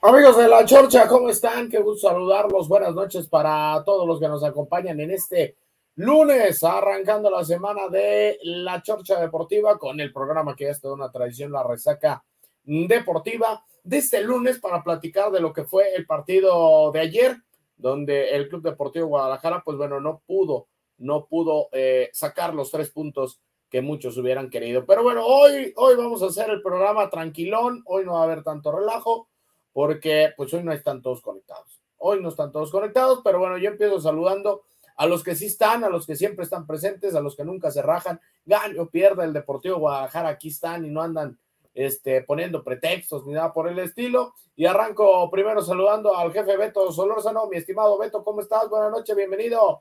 Amigos de La Chorcha, ¿cómo están? Qué gusto saludarlos. Buenas noches para todos los que nos acompañan en este lunes, arrancando la semana de La Chorcha Deportiva con el programa que ya es toda una tradición, la resaca deportiva de este lunes para platicar de lo que fue el partido de ayer, donde el Club Deportivo Guadalajara, pues bueno, no pudo sacar los 3 puntos que muchos hubieran querido. Pero bueno, hoy vamos a hacer el programa tranquilón, hoy no va a haber tanto relajo, porque pues hoy no están todos conectados. Hoy no están todos conectados, pero bueno, yo empiezo saludando a los que sí están, a los que siempre están presentes, a los que nunca se rajan, gane o pierda el Deportivo Guadalajara, aquí están y no andan poniendo pretextos ni nada por el estilo. Y arranco primero saludando al jefe Beto Solórzano. Mi estimado Beto, ¿cómo estás? Buenas noches, bienvenido.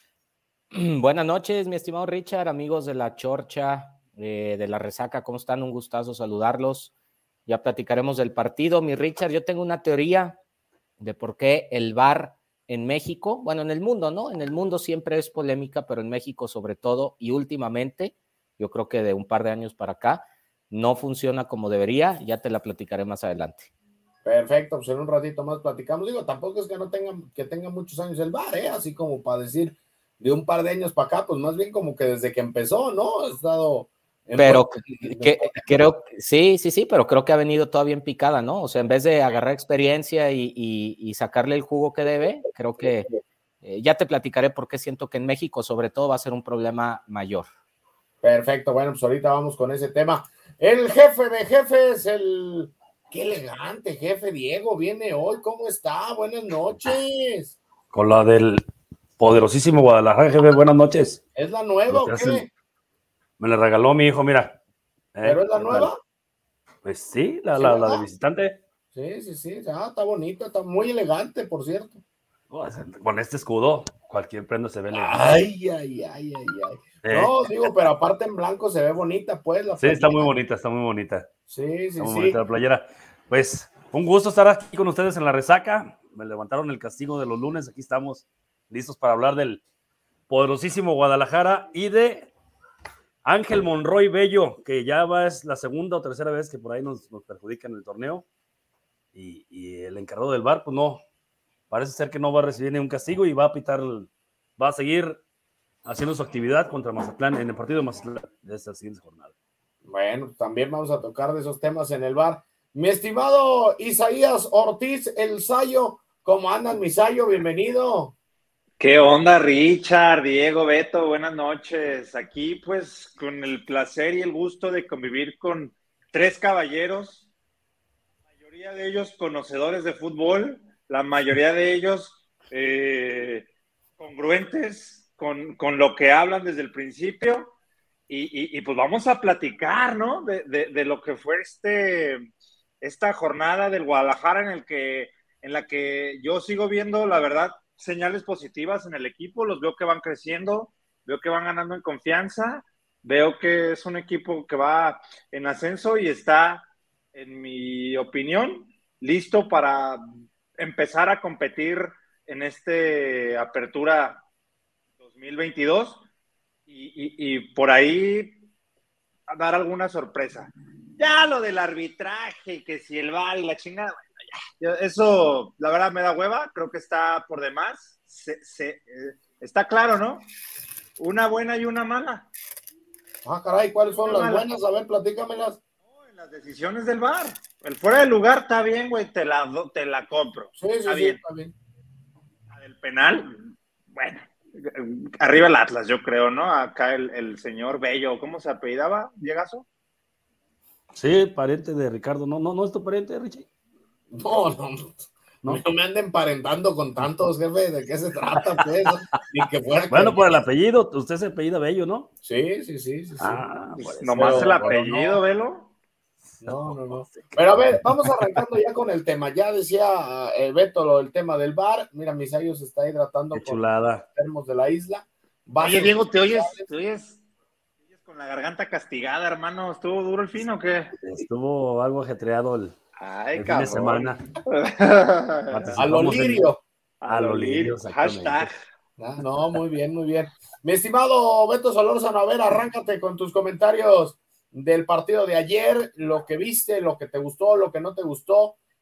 Buenas noches, mi estimado Richard, amigos de La Chorcha, de La Resaca, ¿cómo están? Un gustazo saludarlos. Ya platicaremos del partido. Mi Richard, yo tengo una teoría de por qué el VAR en México, bueno, en el mundo, ¿no? En el mundo siempre es polémica, pero en México sobre todo, y últimamente, yo creo que de un par de años para acá, no funciona como debería. Ya te la platicaré más adelante. Perfecto, pues en un ratito más platicamos. Digo, tampoco es que tenga muchos años el VAR, así como para decir de un par de años para acá, pues más bien como que desde que empezó, ¿no? Ha estado pero creo, sí, pero creo que ha venido todavía en picada, ¿no? O sea, en vez de agarrar experiencia y sacarle el jugo que debe, creo que ya te platicaré por qué siento que en México sobre todo va a ser un problema mayor. Perfecto, bueno, pues ahorita vamos con ese tema. El jefe de jefes, qué elegante jefe Diego, viene hoy, ¿cómo está? Buenas noches. Con la del poderosísimo Guadalajara, jefe, buenas noches. ¿Es la nueva o qué? Me la regaló mi hijo, mira. ¿Pero es la nueva? Pues sí, la de visitante. Sí, está bonita, está muy elegante, por cierto. Con este escudo, cualquier prenda se ve elegante. Ay. No, digo, pero aparte en blanco se ve bonita, pues. Sí, está muy bonita. Sí. Muy bonita la playera. Pues, un gusto estar aquí con ustedes en La Resaca. Me levantaron el castigo de los lunes. Aquí estamos listos para hablar del poderosísimo Guadalajara y de Ángel Monroy Bello, que ya es la segunda o tercera vez que por ahí nos perjudica en el torneo. Y el encargado del VAR, pues no, parece ser que no va a recibir ningún castigo y va a seguir haciendo su actividad contra Mazatlán en el partido de Mazatlán de esta siguiente jornada. Bueno, también vamos a tocar de esos temas en el VAR. Mi estimado Isaías Ortiz, el Sayo, ¿cómo andan, mi Sayo? Bienvenido. ¿Qué onda, Richard, Diego, Beto? Buenas noches. Aquí, pues, con el placer y el gusto de convivir con 3 caballeros, la mayoría de ellos conocedores de fútbol, la mayoría de ellos congruentes con lo que hablan desde el principio. Y pues vamos a platicar, ¿no? De lo que fue esta jornada del Guadalajara en la que yo sigo viendo, la verdad, señales positivas en el equipo. Los veo que van creciendo, veo que van ganando en confianza, veo que es un equipo que va en ascenso y está, en mi opinión, listo para empezar a competir en apertura 2022. Y por ahí dar alguna sorpresa. Ya lo del arbitraje, que si el VAR y la chingada, bueno, ya. Eso, la verdad, me da hueva. Creo que está por demás. Está claro, ¿no? Una buena y una mala. Caray, ¿cuáles son las buenas? A ver, platícamelas. No, en las decisiones del VAR. El fuera de lugar está bien, güey, te la compro. Sí, está bien. La del penal, bueno. Arriba el Atlas, yo creo, ¿no? Acá el señor Bello, ¿cómo se apellidaba, Diegazo? Sí, pariente de Ricardo. ¿No es tu pariente, Richie? No me anden emparentando con tantos, jefe. ¿De qué se trata, pues? Ni que fuera bueno, por el apellido. Usted se apellida Bello, ¿no? Sí. Pues nomás el apellido, no. Velo. No. Pero a ver, vamos arrancando ya con el tema. Ya decía Beto el tema del VAR. Mira, Misayo se está hidratando con los termos de la isla. Oye, Diego, ¿te oyes con la garganta castigada, hermano? ¿Estuvo duro el fin o qué? Estuvo algo ajetreado el fin de semana. A lo lirio. Hashtag. No, muy bien. Mi estimado Beto Solórzano, a ver, arráncate con tus comentarios del partido de ayer, lo que viste, lo que te gustó, lo que no te gustó,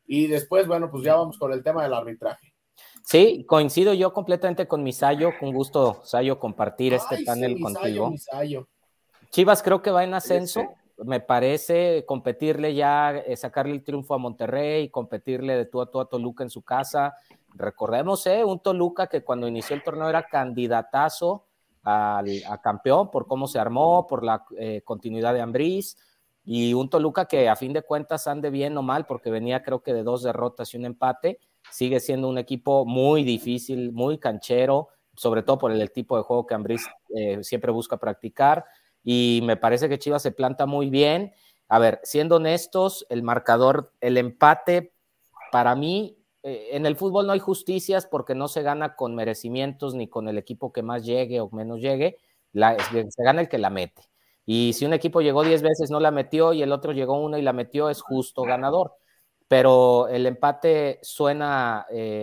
y después, bueno, pues ya vamos con el tema del arbitraje. Sí, coincido yo completamente con Misayo, con gusto, Sayo, compartir este Ay, panel sí, contigo. Misayo. Chivas creo que va en ascenso, me parece competirle ya, sacarle el triunfo a Monterrey, competirle de tú a Toluca en su casa. Recordemos, un Toluca que cuando inició el torneo era candidatazo a campeón por cómo se armó, por la continuidad de Ambriz, y un Toluca que a fin de cuentas ande bien o mal, porque venía creo que de 2 derrotas y un empate, sigue siendo un equipo muy difícil, muy canchero, sobre todo por el tipo de juego que Ambriz siempre busca practicar, y me parece que Chivas se planta muy bien. A ver, siendo honestos, el marcador, el empate, para mí, en el fútbol no hay justicias porque no se gana con merecimientos ni con el equipo que más llegue o menos llegue, se gana el que la mete. Y si un equipo llegó 10 veces, no la metió, y el otro llegó una y la metió, es justo ganador. Pero el empate suena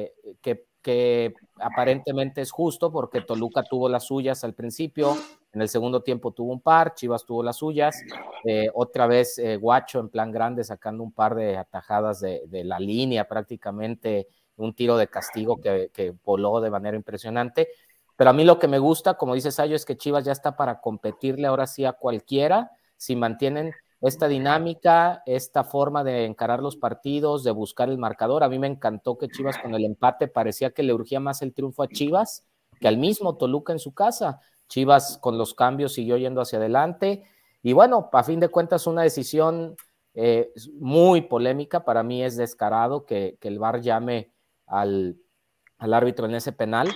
que aparentemente es justo porque Toluca tuvo las suyas al principio, en el segundo tiempo tuvo un par, Chivas tuvo las suyas, otra vez Guacho en plan grande sacando un par de atajadas de la línea prácticamente, un tiro de castigo que voló de manera impresionante. Pero a mí lo que me gusta, como dice Sayo, es que Chivas ya está para competirle ahora sí a cualquiera, si mantienen esta dinámica, esta forma de encarar los partidos, de buscar el marcador. A mí me encantó que Chivas con el empate parecía que le urgía más el triunfo a Chivas que al mismo Toluca en su casa. Chivas con los cambios siguió yendo hacia adelante y bueno, a fin de cuentas una decisión muy polémica. Para mí es descarado que el VAR llame al árbitro en ese penal.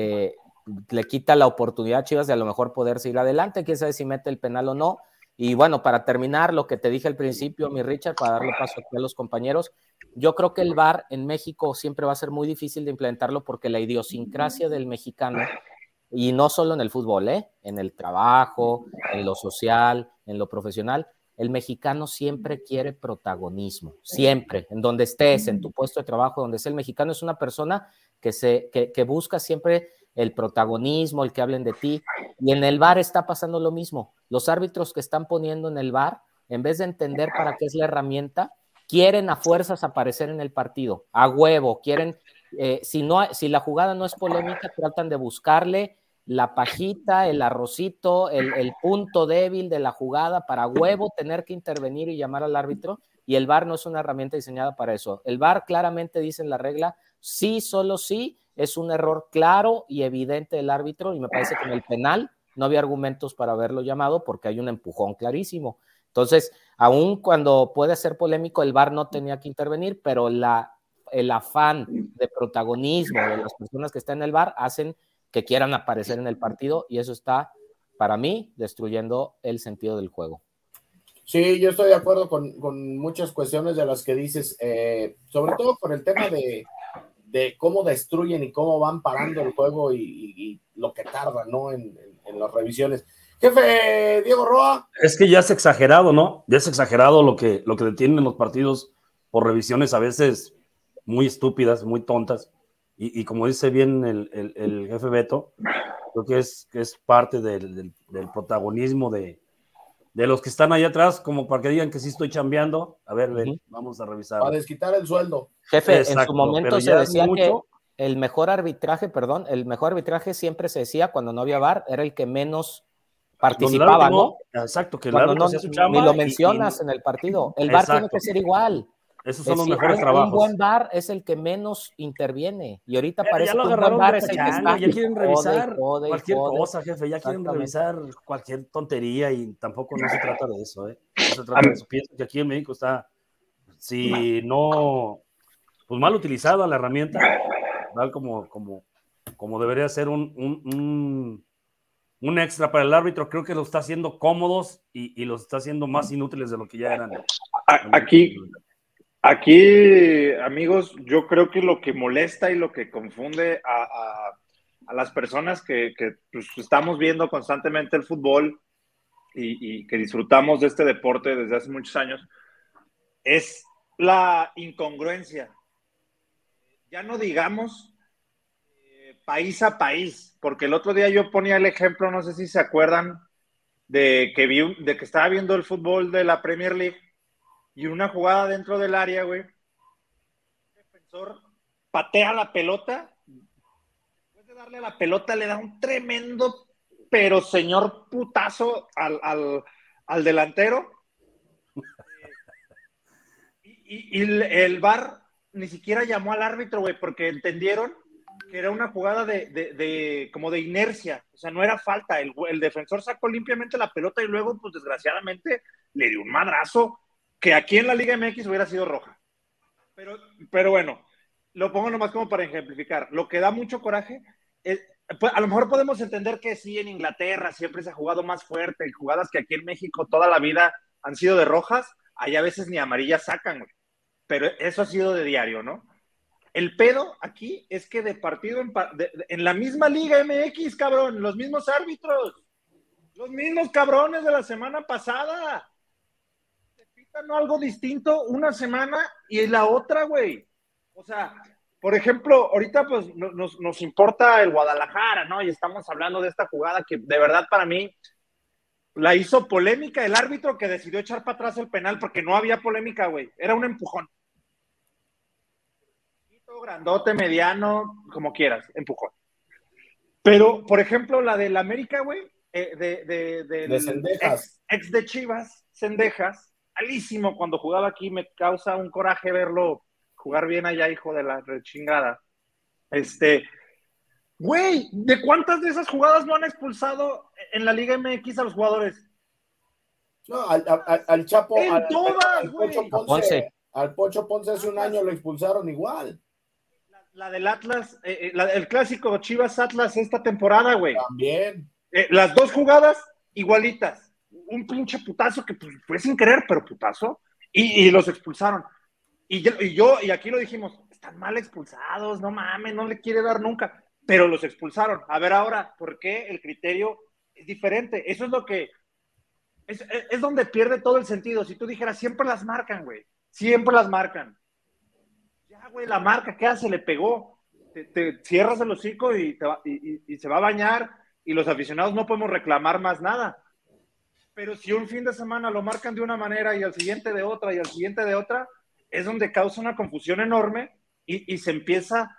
Le quita la oportunidad a Chivas de a lo mejor poder seguir adelante, quién sabe si mete el penal o no. Y bueno, para terminar, lo que te dije al principio, mi Richard, para darle paso aquí a los compañeros, yo creo que el VAR en México siempre va a ser muy difícil de implementarlo porque la idiosincrasia del mexicano, y no solo en el fútbol, en el trabajo, en lo social, en lo profesional, el mexicano siempre quiere protagonismo, siempre, en donde estés, en tu puesto de trabajo, donde esté, el mexicano es una persona que busca siempre el protagonismo, el que hablen de ti, y en el VAR está pasando lo mismo. Los árbitros que están poniendo en el VAR, en vez de entender para qué es la herramienta, quieren a fuerzas aparecer en el partido, a huevo, quieren, si la jugada no es polémica, tratan de buscarle la pajita, el arrocito, el punto débil de la jugada para huevo tener que intervenir y llamar al árbitro, y el VAR no es una herramienta diseñada para eso. El VAR claramente dice en la regla, sí, solo sí, es un error claro y evidente del árbitro, y me parece que en el penal no había argumentos para haberlo llamado porque hay un empujón clarísimo. Entonces, aun cuando puede ser polémico, el VAR no tenía que intervenir, pero el afán de protagonismo de las personas que están en el VAR hacen que quieran aparecer en el partido, y eso está, para mí, destruyendo el sentido del juego. Sí, yo estoy de acuerdo con muchas cuestiones de las que dices, sobre todo con el tema de cómo destruyen y cómo van parando el juego y lo que tardan, ¿no? En las revisiones. Jefe Diego Roa. Es que ya es exagerado, ¿no? Ya es exagerado lo que detienen los partidos por revisiones a veces muy estúpidas, muy tontas. Y como dice bien el jefe Beto, creo que es parte del protagonismo de los que están ahí atrás, como para que digan que sí estoy chambeando. A ver, ven, vamos a revisar. Para desquitar el sueldo. Jefe, exacto, en su momento se decía que el mejor arbitraje siempre se decía cuando no había VAR, era el que menos participaba, ¿no? Exacto, que el cuando árbitro hacía su chamba. Ni lo mencionas en el partido. El VAR tiene que ser igual. Esos son los mejores trabajos. Un buen VAR es el que menos interviene. Y ahorita parece que un buen VAR es el que está. Ya quieren revisar cualquier cosa, jefe. Ya quieren revisar cualquier tontería y tampoco no se trata de eso, ¿eh? No se trata de eso. Pienso que aquí en México está, si no, pues mal utilizada la herramienta, tal como debería ser un extra para el árbitro. Creo que los está haciendo cómodos y los está haciendo más inútiles de lo que ya eran. Aquí, amigos, yo creo que lo que molesta y lo que confunde a las personas que pues, estamos viendo constantemente el fútbol y que disfrutamos de este deporte desde hace muchos años es la incongruencia. Ya no digamos país a país, porque el otro día yo ponía el ejemplo, no sé si se acuerdan, de que estaba viendo el fútbol de la Premier League y una jugada dentro del área, güey, defensor patea la pelota, después de darle a la pelota le da un tremendo, pero señor putazo al delantero. Y el VAR ni siquiera llamó al árbitro, güey, porque entendieron que era una jugada como de inercia, o sea, no era falta, el defensor sacó limpiamente la pelota y luego, pues desgraciadamente, le dio un madrazo que aquí en la Liga MX hubiera sido roja. Pero bueno, lo pongo nomás como para ejemplificar. Lo que da mucho coraje es, pues, a lo mejor podemos entender que sí, en Inglaterra siempre se ha jugado más fuerte, jugadas que aquí en México toda la vida han sido de rojas, allá a veces ni amarillas sacan, güey. Pero eso ha sido de diario, ¿no? El pedo aquí es que de partido en la misma Liga MX, cabrón, los mismos árbitros, los mismos cabrones de la semana pasada, te pitan algo distinto una semana y la otra, güey. O sea, por ejemplo, ahorita pues nos importa el Guadalajara, ¿no? Y estamos hablando de esta jugada que de verdad para mí la hizo polémica el árbitro que decidió echar para atrás el penal porque no había polémica, güey. Era un empujón. Grandote, mediano, como quieras, empujón. Pero, por ejemplo, la del América, güey, de Cendejas. Ex de Chivas, Cendejas, malísimo cuando jugaba aquí, me causa un coraje verlo jugar bien allá, hijo de la rechingada. Güey, ¿de cuántas de esas jugadas no han expulsado en la Liga MX a los jugadores? No, al Chapo, en todas, güey. Al Pocho Ponce hace un año lo expulsaron igual. La del Atlas, el clásico Chivas Atlas esta temporada, güey. También. Las dos jugadas igualitas. Un pinche putazo que pues, fue sin querer, pero putazo. Y los expulsaron. Y aquí lo dijimos, están mal expulsados, no mames, no le quiere dar nunca. Pero los expulsaron. A ver ahora, ¿por qué el criterio es diferente? Eso es lo que... Es donde pierde todo el sentido. Si tú dijeras, siempre las marcan, güey. Siempre las marcan. Ya, güey, la marca, ¿qué hace? Le pegó. Te cierras el hocico y se va a bañar y los aficionados no podemos reclamar más nada. Pero si un fin de semana lo marcan de una manera y al siguiente de otra y al siguiente de otra, es donde causa una confusión enorme y se empieza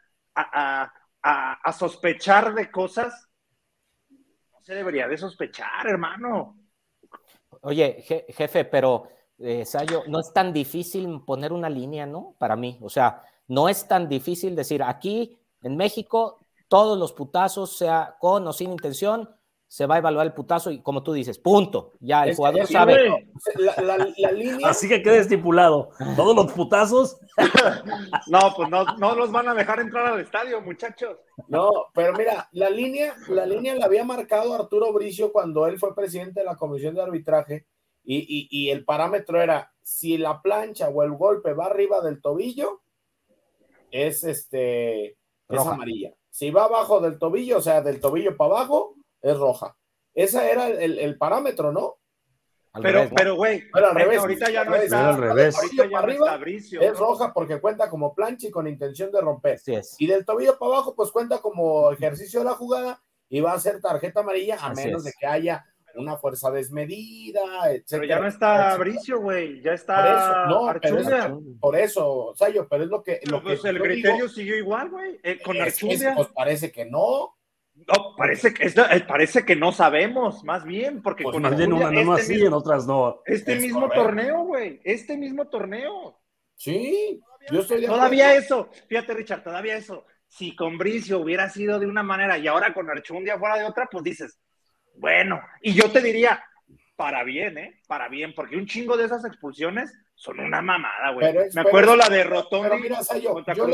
a sospechar de cosas. No se debería de sospechar, hermano. Oye, jefe, pero Sayo, no es tan difícil poner una línea, ¿no? Para mí, o sea, no es tan difícil decir, aquí en México, todos los putazos, sea con o sin intención, se va a evaluar el putazo y como tú dices, punto. Ya el jugador sabe. La línea... Así que quede estipulado, todos los putazos. No, pues no los van a dejar entrar al estadio, muchachos. No, pero mira, la línea la había marcado Arturo Bricio cuando él fue presidente de la comisión de arbitraje y el parámetro era si la plancha o el golpe va arriba del tobillo, es amarilla. Si va abajo del tobillo, o sea, del tobillo para abajo, es roja. Ese era el parámetro, ¿no? Pero güey, al revés, ahorita ya no está. Al revés. Ahorita ya no está Bricio, es roja porque cuenta como plancha y con intención de romper. Así es. Y del tobillo para abajo, pues cuenta como ejercicio de la jugada y va a ser tarjeta amarilla a Así menos de que haya una fuerza desmedida, etc. Pero ya no está Bricio, güey, ya está Archundia. Por eso, Sayo, pero es lo que... pues el criterio siguió igual, güey, con Archundia. Pues parece que no. No, parece que no sabemos, más bien, porque pues con más bien unas sí, en otras no. Mismo torneo, güey, mismo torneo. Sí, yo estoy de todavía eso, fíjate, Richard, todavía eso. Si con Bricio hubiera sido de una manera y ahora con Archundia fuera de otra, pues dices, bueno, y yo te diría, para bien, para bien, porque un chingo de esas expulsiones son una mamada, güey. Me acuerdo la de Rotondi. Pero mira, Sayo,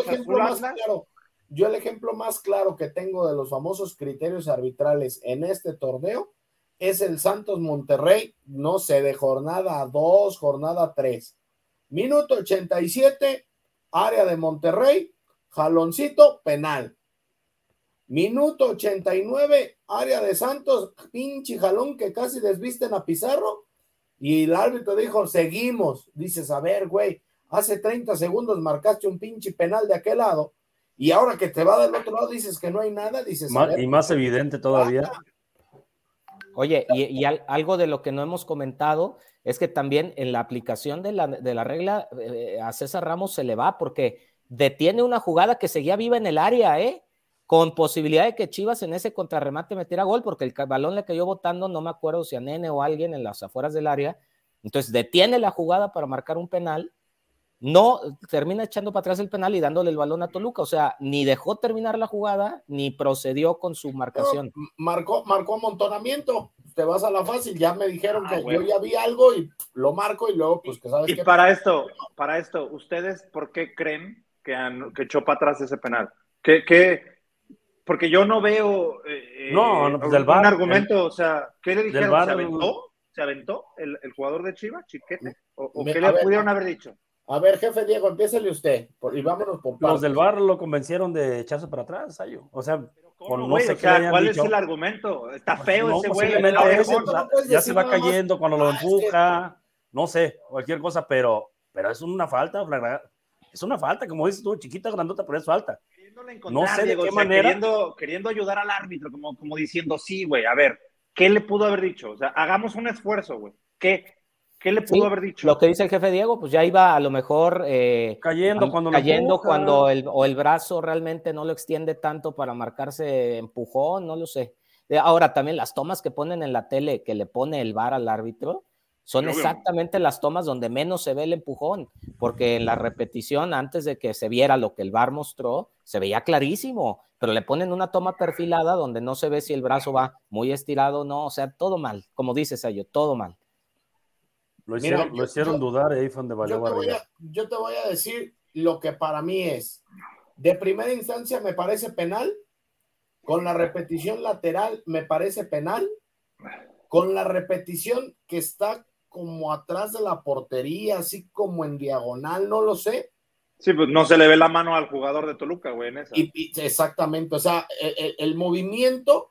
yo el ejemplo más claro que tengo de los famosos criterios arbitrales en este torneo es el Santos Monterrey, no sé, de jornada 2, jornada 3. Minuto 87, área de Monterrey, jaloncito, penal. Minuto 89, área de Santos, pinche jalón que casi desvisten a Pizarro, y el árbitro dijo, seguimos. Dices, a ver, güey, hace 30 segundos marcaste un pinche penal de aquel lado, y ahora que te va del otro lado dices que no hay nada, dices... Y más evidente todavía. Oye, y algo de lo que no hemos comentado es que también en la aplicación de la regla a César Ramos se le va porque detiene una jugada que seguía viva en el área, con posibilidad de que Chivas en ese contrarremate metiera gol, porque el balón le cayó botando, no me acuerdo si a Nene o a alguien en las afueras del área. Entonces detiene la jugada para marcar un penal, no termina echando para atrás el penal y dándole el balón a Toluca. O sea, ni dejó terminar la jugada, ni procedió con su marcación. No, marcó amontonamiento. Te vas a la fácil, ya me dijeron que yo ya vi algo y lo marco y luego, pues que sabes y qué. Para esto, ¿ustedes por qué creen que echó para atrás ese penal? Porque yo no veo pues un argumento, o sea, ¿qué le dijeron? VAR, ¿Se aventó el jugador de Chivas, Chiquete? ¿O qué le pudieron haber dicho? A ver, jefe Diego, empiécele usted y vámonos por partes. Los del VAR lo convencieron de echarse para atrás, Sayo. O sea, ¿cómo, no sé qué le hayan ¿cuál dicho? Es el argumento? Está feo ese güey. Ya se va cayendo cuando lo empuja, no sé, cualquier cosa, pero es una falta, es una falta, como dices tú, chiquita, grandota, pero es falta. No sé de qué manera. Queriendo ayudar al árbitro, como diciendo, sí, güey, a ver, ¿qué le pudo haber dicho? O sea, hagamos un esfuerzo, güey. ¿Qué le pudo haber dicho? Lo que dice el jefe Diego, pues ya iba a lo mejor cayendo cuando el brazo realmente no lo extiende tanto para marcarse empujón, no lo sé. Ahora también las tomas que ponen en la tele, que le pone el VAR al árbitro, son exactamente las tomas donde menos se ve el empujón, porque en la repetición, antes de que se viera lo que el VAR mostró, se veía clarísimo, pero le ponen una toma perfilada donde no se ve si el brazo va muy estirado o no, o sea, todo mal, como dices, Sayo, todo mal. Lo hicieron dudar, ahí fue donde valió barriga. Yo te voy a decir lo que para mí es. De primera instancia me parece penal, con la repetición lateral me parece penal, con la repetición que está como atrás de la portería, así como en diagonal, no lo sé. Sí, pues no se le ve la mano al jugador de Toluca, güey, en esa. Exactamente, o sea, el movimiento,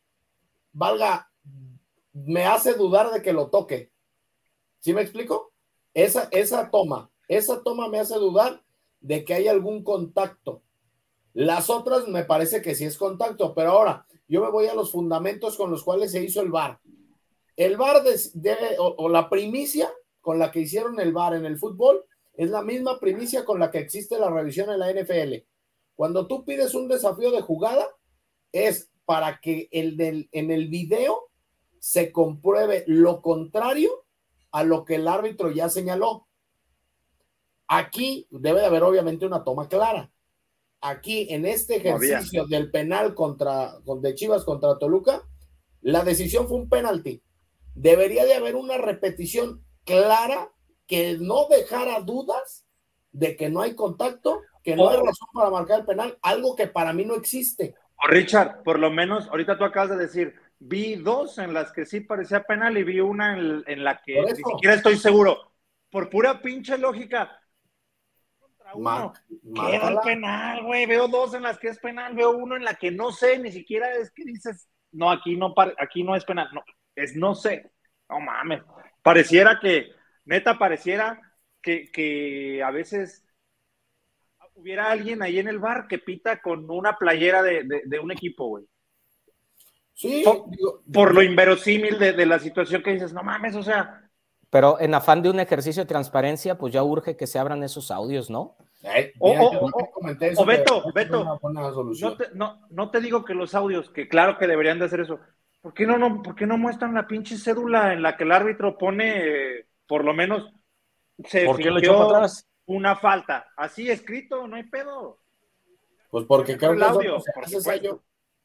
me hace dudar de que lo toque. ¿Sí me explico? Esa toma me hace dudar de que hay algún contacto. Las otras me parece que sí es contacto, pero ahora yo me voy a los fundamentos con los cuales se hizo el VAR. El VAR o la primicia con la que hicieron el VAR en el fútbol es la misma primicia con la que existe la revisión en la NFL. Cuando tú pides un desafío de jugada, es para que en el video se compruebe lo contrario a lo que el árbitro ya señaló. Aquí debe de haber obviamente una toma clara. Aquí en este ejercicio del penal de Chivas contra Toluca, la decisión fue un penalti. Debería de haber una repetición clara que no dejara dudas de que no hay contacto, que no hay razón para marcar el penal, algo que para mí no existe. Richard, por lo menos, ahorita tú acabas de decir, vi dos en las que sí parecía penal y vi una en la que ni siquiera estoy seguro. Por pura pinche lógica. Queda el penal, güey. Veo dos en las que es penal, veo uno en la que no sé, ni siquiera es que dices, no, aquí no es penal, no sé. No mames. Neta pareciera que a veces hubiera alguien ahí en el bar que pita con una playera de un equipo, güey. Sí. Por lo inverosímil de la situación que dices, no mames, o sea. Pero en afán de un ejercicio de transparencia, pues ya urge que se abran esos audios, ¿no? Beto, no te digo que los audios, que claro que deberían de hacer eso. ¿Por qué no muestran la pinche cédula en la que el árbitro pone, por lo menos, ¿por qué lo echó para atrás? Una falta? Así escrito, no hay pedo. Pues porque creo el audio, por supuesto.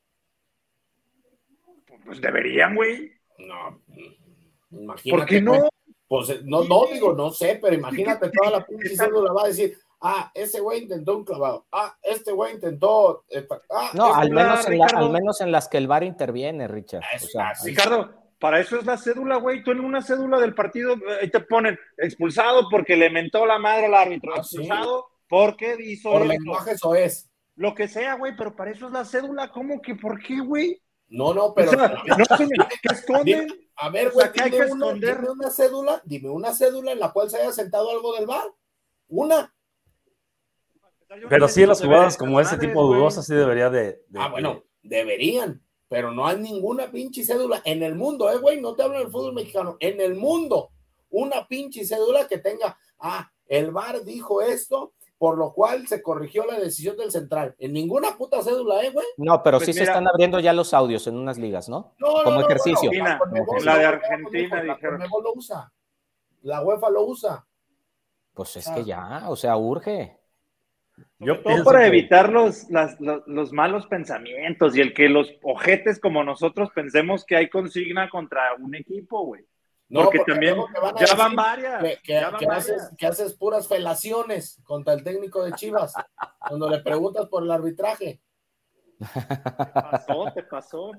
Pues deberían, güey. No, imagínate. ¿Por qué no? Pues no digo, no sé, pero imagínate toda la pinche cédula va a decir, ese güey intentó un clavado, este güey intentó... no, al menos en las que el VAR interviene, Richard. O sea, Ricardo, para eso es la cédula, güey. Tú en una cédula del partido te ponen expulsado porque le mentó la madre al árbitro, expulsado porque hizo por lenguaje eso es. Lo que sea, güey, pero para eso es la cédula. ¿Cómo que por qué, güey? No, pero... O sea, ¿qué esconden? A ver, güey, dime una cédula en la cual se haya sentado algo del VAR. Una. Pero sí, las jugadas como ese tipo dudosas sí debería de... bueno, deberían, pero no hay ninguna pinche cédula en el mundo, güey, no te hablo del fútbol mexicano, en el mundo, una pinche cédula que tenga, el VAR dijo esto, por lo cual se corrigió la decisión del central. En ninguna puta cédula, güey. No, pero Pues sí se mira, están abriendo ya los audios en unas ligas, ¿no? Como ejercicio. Bueno, Conmebol, la de no, Argentina, la dijeron. Conmebol lo usa. La UEFA lo usa. Pues es que ya, o sea, urge. Yo Yo todo pienso para que- evitar los malos pensamientos y el que los ojetes como nosotros pensemos que hay consigna contra un equipo, güey. No, Porque también luego te van a ya decir van varias. que haces puras felaciones contra el técnico de Chivas cuando le preguntas por el arbitraje. Te pasó.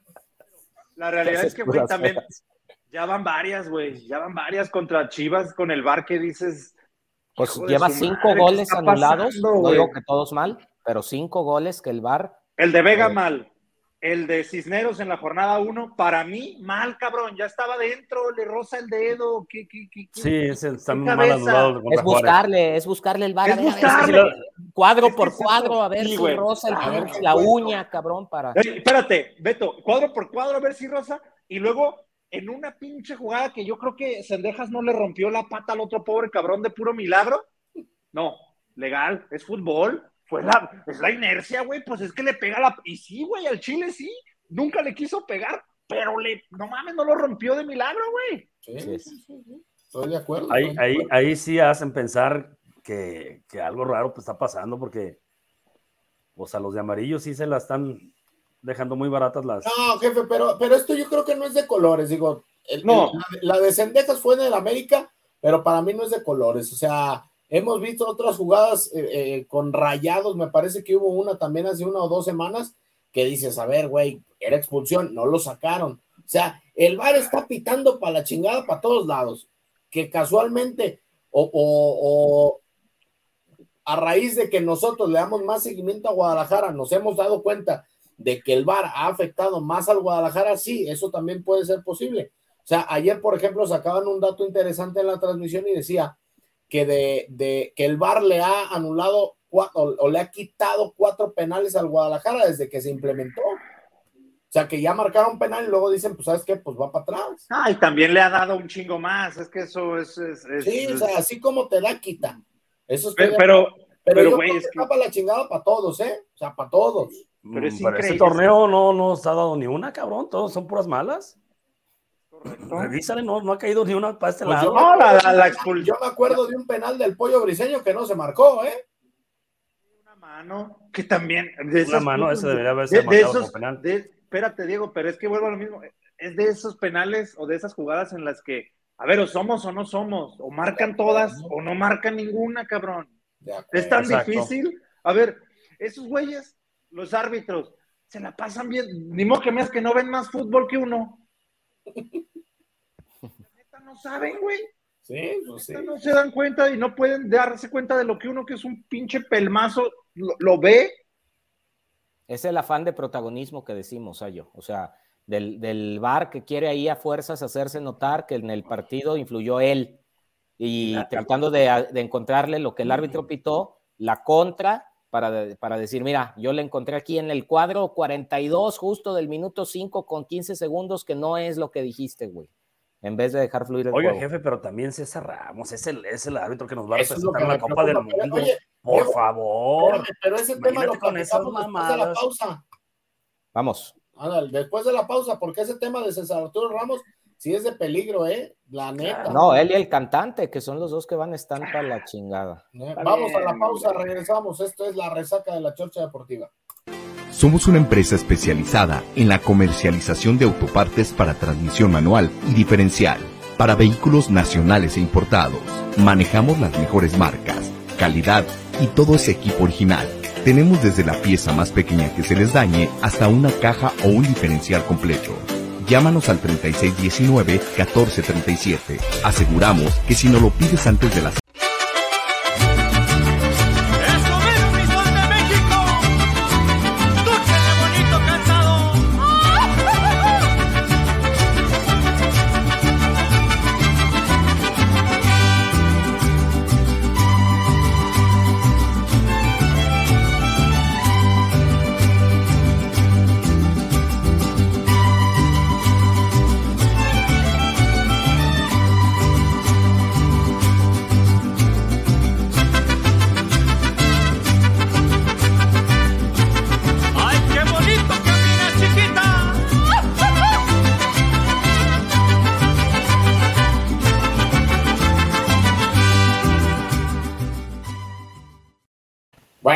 La realidad es que, güey, también ya van varias, güey. Ya van varias contra Chivas con el VAR que dices. Pues hijo de lleva su 5 madre, ¿qué goles está anulados. pasando, No güey? digo que todos mal, pero 5 goles que el VAR. El de Vega mal. El de Cisneros en la jornada 1, para mí, mal, cabrón. Ya estaba dentro, le roza el dedo. Sí, ese está qué muy mal cabeza. anulado contra Es Juárez. buscarle el VAR. Es a ver, buscarle. a ver, cuadro Es que por es eso. cuadro, a ver Sí, si güey. roza A ver, la pues, uña, cabrón, para. Espérate, Beto, cuadro por cuadro, a ver si roza. Y luego, en una pinche jugada que yo creo que Cendejas no le rompió la pata al otro pobre cabrón de puro milagro. No, legal, es fútbol. Es la inercia, güey, pues es que le pega la. Y sí, güey, al Chile sí. Nunca le quiso pegar, pero no mames, no lo rompió de milagro, güey. Sí. Estoy de acuerdo. Ahí sí hacen pensar que algo raro pues está pasando porque pues a los de amarillo sí se la están dejando muy baratas las. No, jefe, pero esto yo creo que no es de colores, digo. No. La de Cendejas fue del América, pero para mí no es de colores. O sea, hemos visto otras jugadas con Rayados, me parece que hubo una también hace 1 o 2 semanas, que dices, a ver, güey, era expulsión, no lo sacaron. O sea, el VAR está pitando para la chingada para todos lados. Que casualmente, o a raíz de que nosotros le damos más seguimiento a Guadalajara, nos hemos dado cuenta de que el VAR ha afectado más al Guadalajara, sí, eso también puede ser posible. O sea, ayer, por ejemplo, sacaban un dato interesante en la transmisión y decía que que el VAR le ha anulado o le ha quitado 4 penales al Guadalajara desde que se implementó. O sea, que ya marcaron penal y luego dicen, pues, ¿sabes qué? Pues va para atrás. Y también le ha dado un chingo más. Es que eso es Sí, o sea, así como te da, quita. Eso es pero yo güey, creo que está para la chingada para todos, ¿eh? O sea, para todos. Pero es Para increíble. este torneo no nos ha dado ni una, cabrón. Todos son puras malas. Correcto. Revísale, no ha caído ni una para este Pues lado. No, la expulsión. Yo me acuerdo de un penal del Pollo Briseño que no se marcó, ¿eh? Una mano que también. Una mano, ese debería haberse marcado como penal. Espérate, Diego, pero es que vuelvo a lo mismo. Es de esos penales o de esas jugadas en las que, a ver, o somos o no somos, o marcan todas o no marcan ninguna, cabrón. Es tan difícil. A ver, esos güeyes, los árbitros, se la pasan bien. Ni modo que más que no ven más fútbol que uno. Neta, no saben, güey. Sí, pues sí. No se dan cuenta y no pueden darse cuenta de lo que uno que es un pinche pelmazo lo ve. Es el afán de protagonismo que decimos, Ayo. O sea, del VAR que quiere ahí a fuerzas hacerse notar que en el partido influyó él y tratando de encontrarle lo que el árbitro pitó, la contra para decir, mira, yo le encontré aquí en el cuadro 42 justo del minuto 5 con 15 segundos que no es lo que dijiste, güey. En vez de dejar fluir el Oiga, juego. jefe, pero también César Ramos es el árbitro que nos va a Eso es lo representar que en la me Copa del preocupa. Mundo. Oye, Por Diego, favor. espérame, pero ese tema Imagínate lo con esas platicamos después de la mamadas. pausa. Vamos. Ándale, después de la pausa, porque ese tema de César Arturo Ramos sí es de peligro, la neta. No, él y el cantante, que son los dos que van a estar para la chingada. Vamos a la pausa, regresamos. Esto es la resaca de la Chorcha Deportiva. Somos una empresa especializada en la comercialización de autopartes para transmisión manual y diferencial, para vehículos nacionales e importados. Manejamos las mejores marcas, calidad y todo ese equipo original. Tenemos desde la pieza más pequeña que se les dañe hasta una caja o un diferencial completo. Llámanos al 3619-1437. Aseguramos que si no lo pides antes de las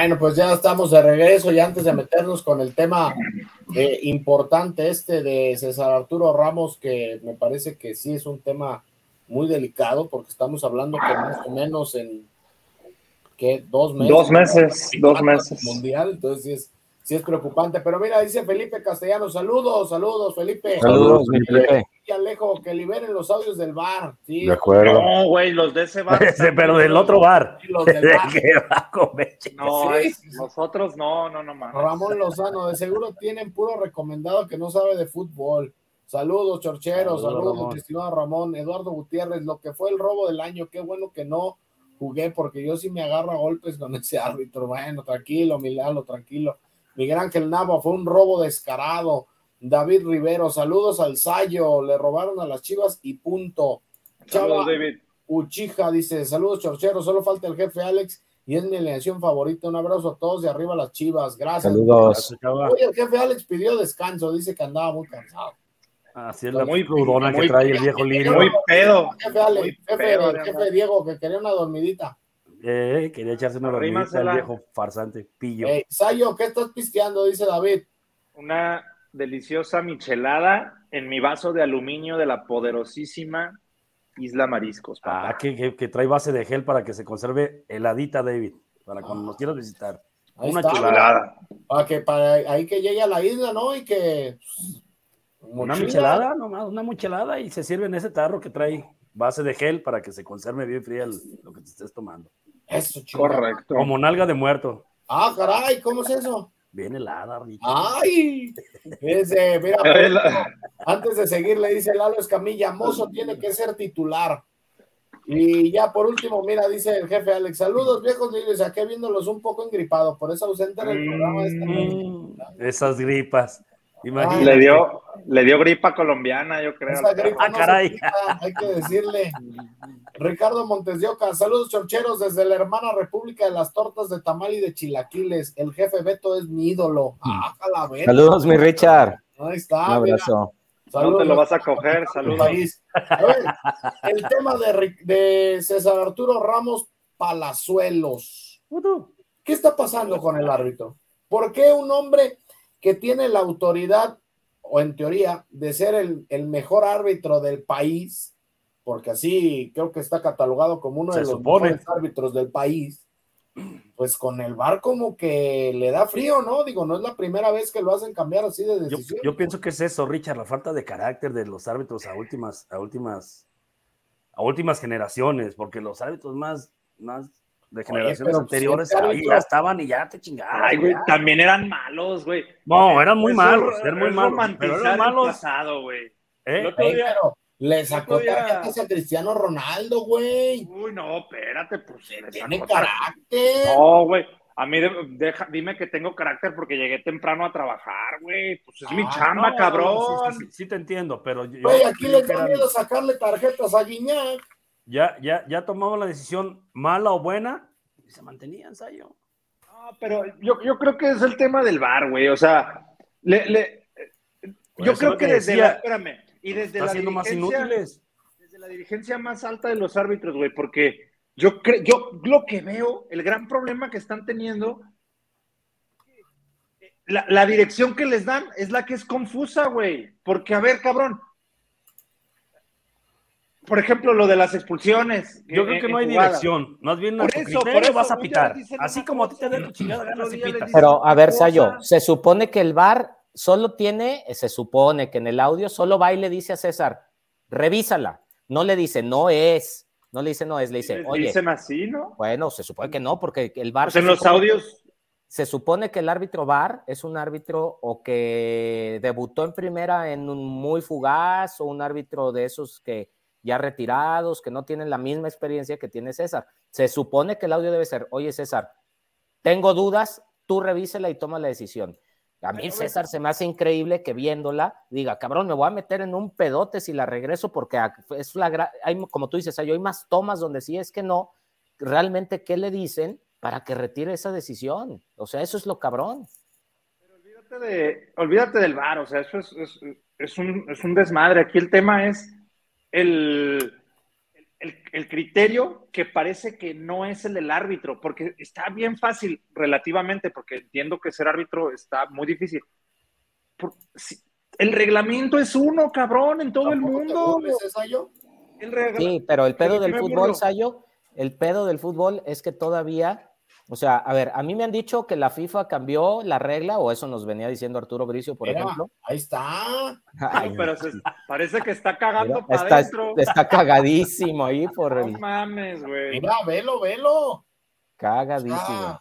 Bueno, pues ya estamos de regreso y antes de meternos con el tema importante de César Arturo Ramos, que me parece que sí es un tema muy delicado porque estamos hablando que más o menos en ¿qué? 2 meses. 2 meses. Mundial, entonces sí es preocupante. Pero mira, dice Felipe Castellanos, saludos, Felipe. Saludos, Felipe. Y Alejo, que liberen los audios del bar. Sí, De acuerdo. No, güey, los de ese bar. Pero del otro bar. Los del bar. ¿Qué va a comer? No, Sí. nosotros no, más. Ramón Lozano, de seguro tienen puro recomendado que no sabe de fútbol. Saludos, chorcheros, saludos, Ramón. estimado Ramón. Eduardo Gutiérrez, lo que fue el robo del año, qué bueno que no jugué, porque yo sí me agarro a golpes con ese árbitro. Bueno, tranquilo, Milano, tranquilo. Miguel Ángel Nava, fue un robo descarado. David Rivero, saludos al Sayo, le robaron a las Chivas y punto. Saludos, Chava David. Uchija dice, saludos, chorcheros, solo falta el jefe Alex y es mi alineación favorita. Un abrazo a todos y arriba las Chivas. Gracias. Saludos. Oye, el jefe Alex pidió descanso, dice que andaba muy cansado. Así es la Muy- crudona que muy- trae el viejo Lirio. Muy pedo. Jefe Alex, Muy pedo, jefe Diego, que quería una dormidita. Quería echarse una dormidita al Arrímasela. viejo farsante, pillo. Sayo, ¿qué estás pisteando? Dice David. Una deliciosa michelada en mi vaso de aluminio de la poderosísima Isla Mariscos, papá. Que trae base de gel para que se conserve heladita, David, para cuando nos quieras visitar. Ahí Una está. chulada. Para ahí que llegue a la isla, ¿no? Y que Una mochila. michelada, nomás, una michelada y se sirve en ese tarro que trae base de gel para que se conserve bien fría lo que te estés tomando. Eso, chido. Correcto. Como nalga de muerto. Ah, caray, ¿cómo es eso? Bien helada, Richard. ¡Ay! Mira, por antes de seguir, le dice Lalo Escamilla, Mozo tiene que ser titular. Y ya por último, mira, dice el jefe Alex, saludos viejos libres, aquí viéndolos un poco engripados, por eso ausente en el programa de esta noche. Esas gripas. Imagínate. Le dio gripa colombiana, yo creo. Esa gripa no se caray. quita, hay que decirle. Ricardo Montes de Oca, saludos chorcheros desde la hermana República de las Tortas de Tamal y de Chilaquiles. El jefe Beto es mi ídolo. Ah, la verga. Saludos, mi Richard. Ahí está. Un mira. abrazo. No te lo vas a coger, saludos. País. A ver, el tema de César Arturo Ramos Palazuelos. ¿Qué está pasando con el árbitro? ¿Por qué un hombre que tiene la autoridad, o en teoría, de ser el mejor árbitro del país, porque así creo que está catalogado como uno de los mejores árbitros del país, pues con el VAR como que le da frío, ¿no? Digo, no es la primera vez que lo hacen cambiar así de decisión. Yo pienso que es eso, Richard, la falta de carácter de los árbitros a últimas generaciones, porque los árbitros más de generaciones anteriores ahí ya estaban y ya te chingaban. Ay, güey, también eran malos, güey. No, eran muy Eso malos, es eran muy malos. Pero romantizar eran malos. el pasado, güey. ¿Eh? Pero le sacó otro día- tarjetas a Cristiano Ronaldo, güey. Uy, no, espérate, pues. Tiene carácter. No, güey. A mí, dime que tengo carácter porque llegué temprano a trabajar, güey. Pues es mi chamba, No, cabrón. sí te entiendo, pero Güey, aquí creo les que da miedo sacarle tarjetas a Guiñac. ya tomamos la decisión mala o buena y se mantenían, Sayo. No, pero yo creo que es el tema del VAR, güey. O sea, yo eso creo lo que que desde decía, espérame, y desde está la haciendo más dirigencia, inútiles. desde la dirigencia más alta de los árbitros, güey, porque yo lo que veo, el gran problema que están teniendo, la dirección que les dan es la que es confusa, güey. Porque, a ver, cabrón, por ejemplo, lo de las expulsiones. Yo creo que no hay jugadas. dirección. Más bien a Por tu eso, criterio vas a un día pitar. les dicen Así una como a ti te cosa, dé tu chingada gana, otro si día les pitas. dicen Pero, a ver, cosa. Sayo, se supone que el VAR solo se supone que en el audio solo va y le dice a César, revísala. No le dice, no le dice, Les oye, dicen así, ¿no? bueno, se supone que no, porque el VAR... Pues en los audios. Se supone que el árbitro VAR es un árbitro o que debutó en primera en un muy fugaz o un árbitro de esos que ya retirados, que no tienen la misma experiencia que tiene César. Se supone que el audio debe ser, oye César, tengo dudas, tú revísela y toma la decisión. A mí César se me hace increíble que viéndola diga, cabrón, me voy a meter en un pedote si la regreso porque es como tú dices, hay más tomas donde sí es que no, realmente ¿qué le dicen para que retire esa decisión? O sea, eso es lo cabrón. Pero olvídate del VAR, o sea, eso es un desmadre. Aquí el tema es el el criterio que parece que no es el del árbitro, porque está bien fácil relativamente, porque entiendo que ser árbitro está muy difícil. El reglamento es uno, cabrón, en todo el mundo. Sí, pero el pedo del fútbol, Sayo, el pedo del fútbol es que todavía, o sea, a ver, a mí me han dicho que la FIFA cambió la regla, o eso nos venía diciendo Arturo Bricio, por ejemplo. Ahí está. Ay, pero parece que está cagando para adentro. Está cagadísimo ahí por no mames, güey. Mira, velo. Cagadísimo.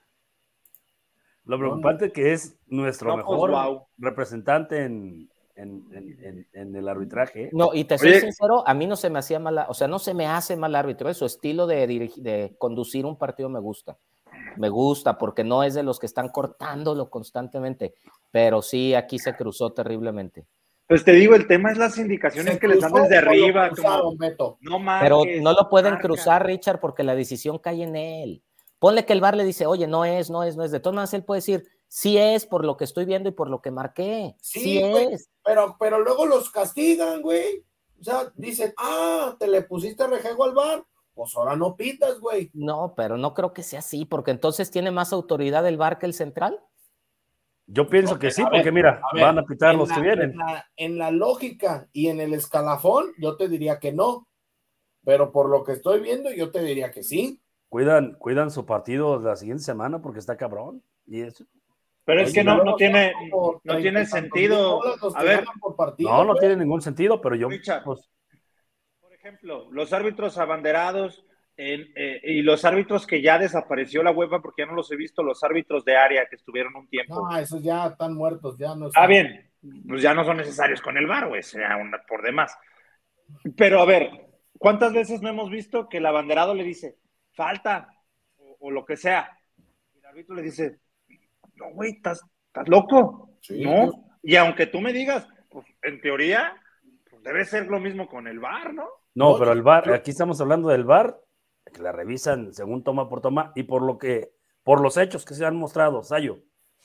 Lo preocupante que es nuestro mejor representante en el arbitraje. No, y te soy sincero, a mí no se me hacía mal, o sea, no se me hace mal árbitro, su estilo de conducir un partido me gusta, porque no es de los que están cortándolo constantemente, pero sí, aquí se cruzó terriblemente. Pues te digo, el tema es las indicaciones que les dan desde arriba. No mames, pero no lo pueden cruzar, Richard, porque la decisión cae en él. Ponle que el VAR le dice, oye, no es. De todas maneras, él puede decir, sí es por lo que estoy viendo y por lo que marqué. Sí es. Pero luego los castigan, güey. O sea, dicen, te le pusiste rejego al VAR. Pues ahora no pitas, güey. No, pero no creo que sea así, porque entonces tiene más autoridad el VAR que el central. Yo pienso que sí, porque mira, van a pitar los que vienen. En la lógica y en el escalafón, yo te diría que no. Pero por lo que estoy viendo, yo te diría que sí. Cuidan su partido la siguiente semana porque está cabrón. Y eso. Pero es que no tiene sentido. A ver, no tiene ningún sentido, pero yo. Richard, pues, por ejemplo, los árbitros abanderados y los árbitros que ya desapareció la UEFA porque ya no los he visto, los árbitros de área que estuvieron un tiempo. No, esos ya están muertos, ya no están. Bien, pues ya no son necesarios con el VAR, güey, sea por demás. Pero a ver, ¿cuántas veces no hemos visto que el abanderado le dice falta o lo que sea? Y el árbitro le dice, no, güey, estás loco, sí, ¿no? Pues, y aunque tú me digas, pues en teoría, pues debe ser lo mismo con el VAR, ¿no? No, pero el VAR, aquí estamos hablando del VAR, que la revisan según toma por toma, y por los hechos que se han mostrado, Sayo,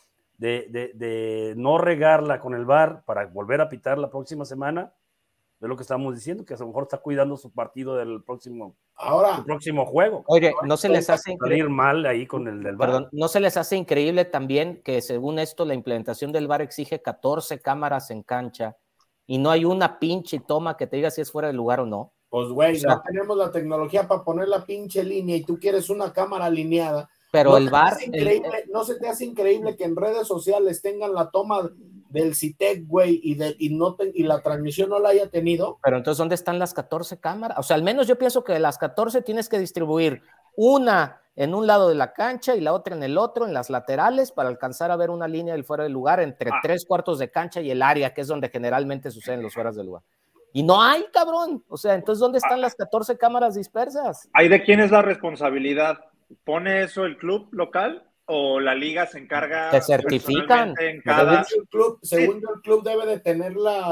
de no regarla con el VAR para volver a pitar la próxima semana, es lo que estamos diciendo, que a lo mejor está cuidando su partido del próximo juego. Oye, no se les hace increíble mal ahí con el del VAR. Perdón, no se les hace increíble también que según esto la implementación del VAR exige 14 cámaras en cancha y no hay una pinche toma que te diga si es fuera de lugar o no. Pues güey, no tenemos la tecnología para poner la pinche línea y tú quieres una cámara alineada. Pero ¿No el VAR ¿no se te hace increíble que en redes sociales tengan la toma del CITEC, güey, y la transmisión no la haya tenido? Pero entonces, ¿dónde están las 14 cámaras? O sea, al menos yo pienso que de las 14 tienes que distribuir una en un lado de la cancha y la otra en el otro, en las laterales, para alcanzar a ver una línea del fuera de lugar entre 3/4 de cancha y el área, que es donde generalmente suceden los fueras de lugar. Y no hay, cabrón. O sea, entonces, ¿dónde están las 14 cámaras dispersas? ¿Hay de quién es la responsabilidad? ¿Pone eso el club local o la liga se encarga? Se certifican. Según el club debe de tener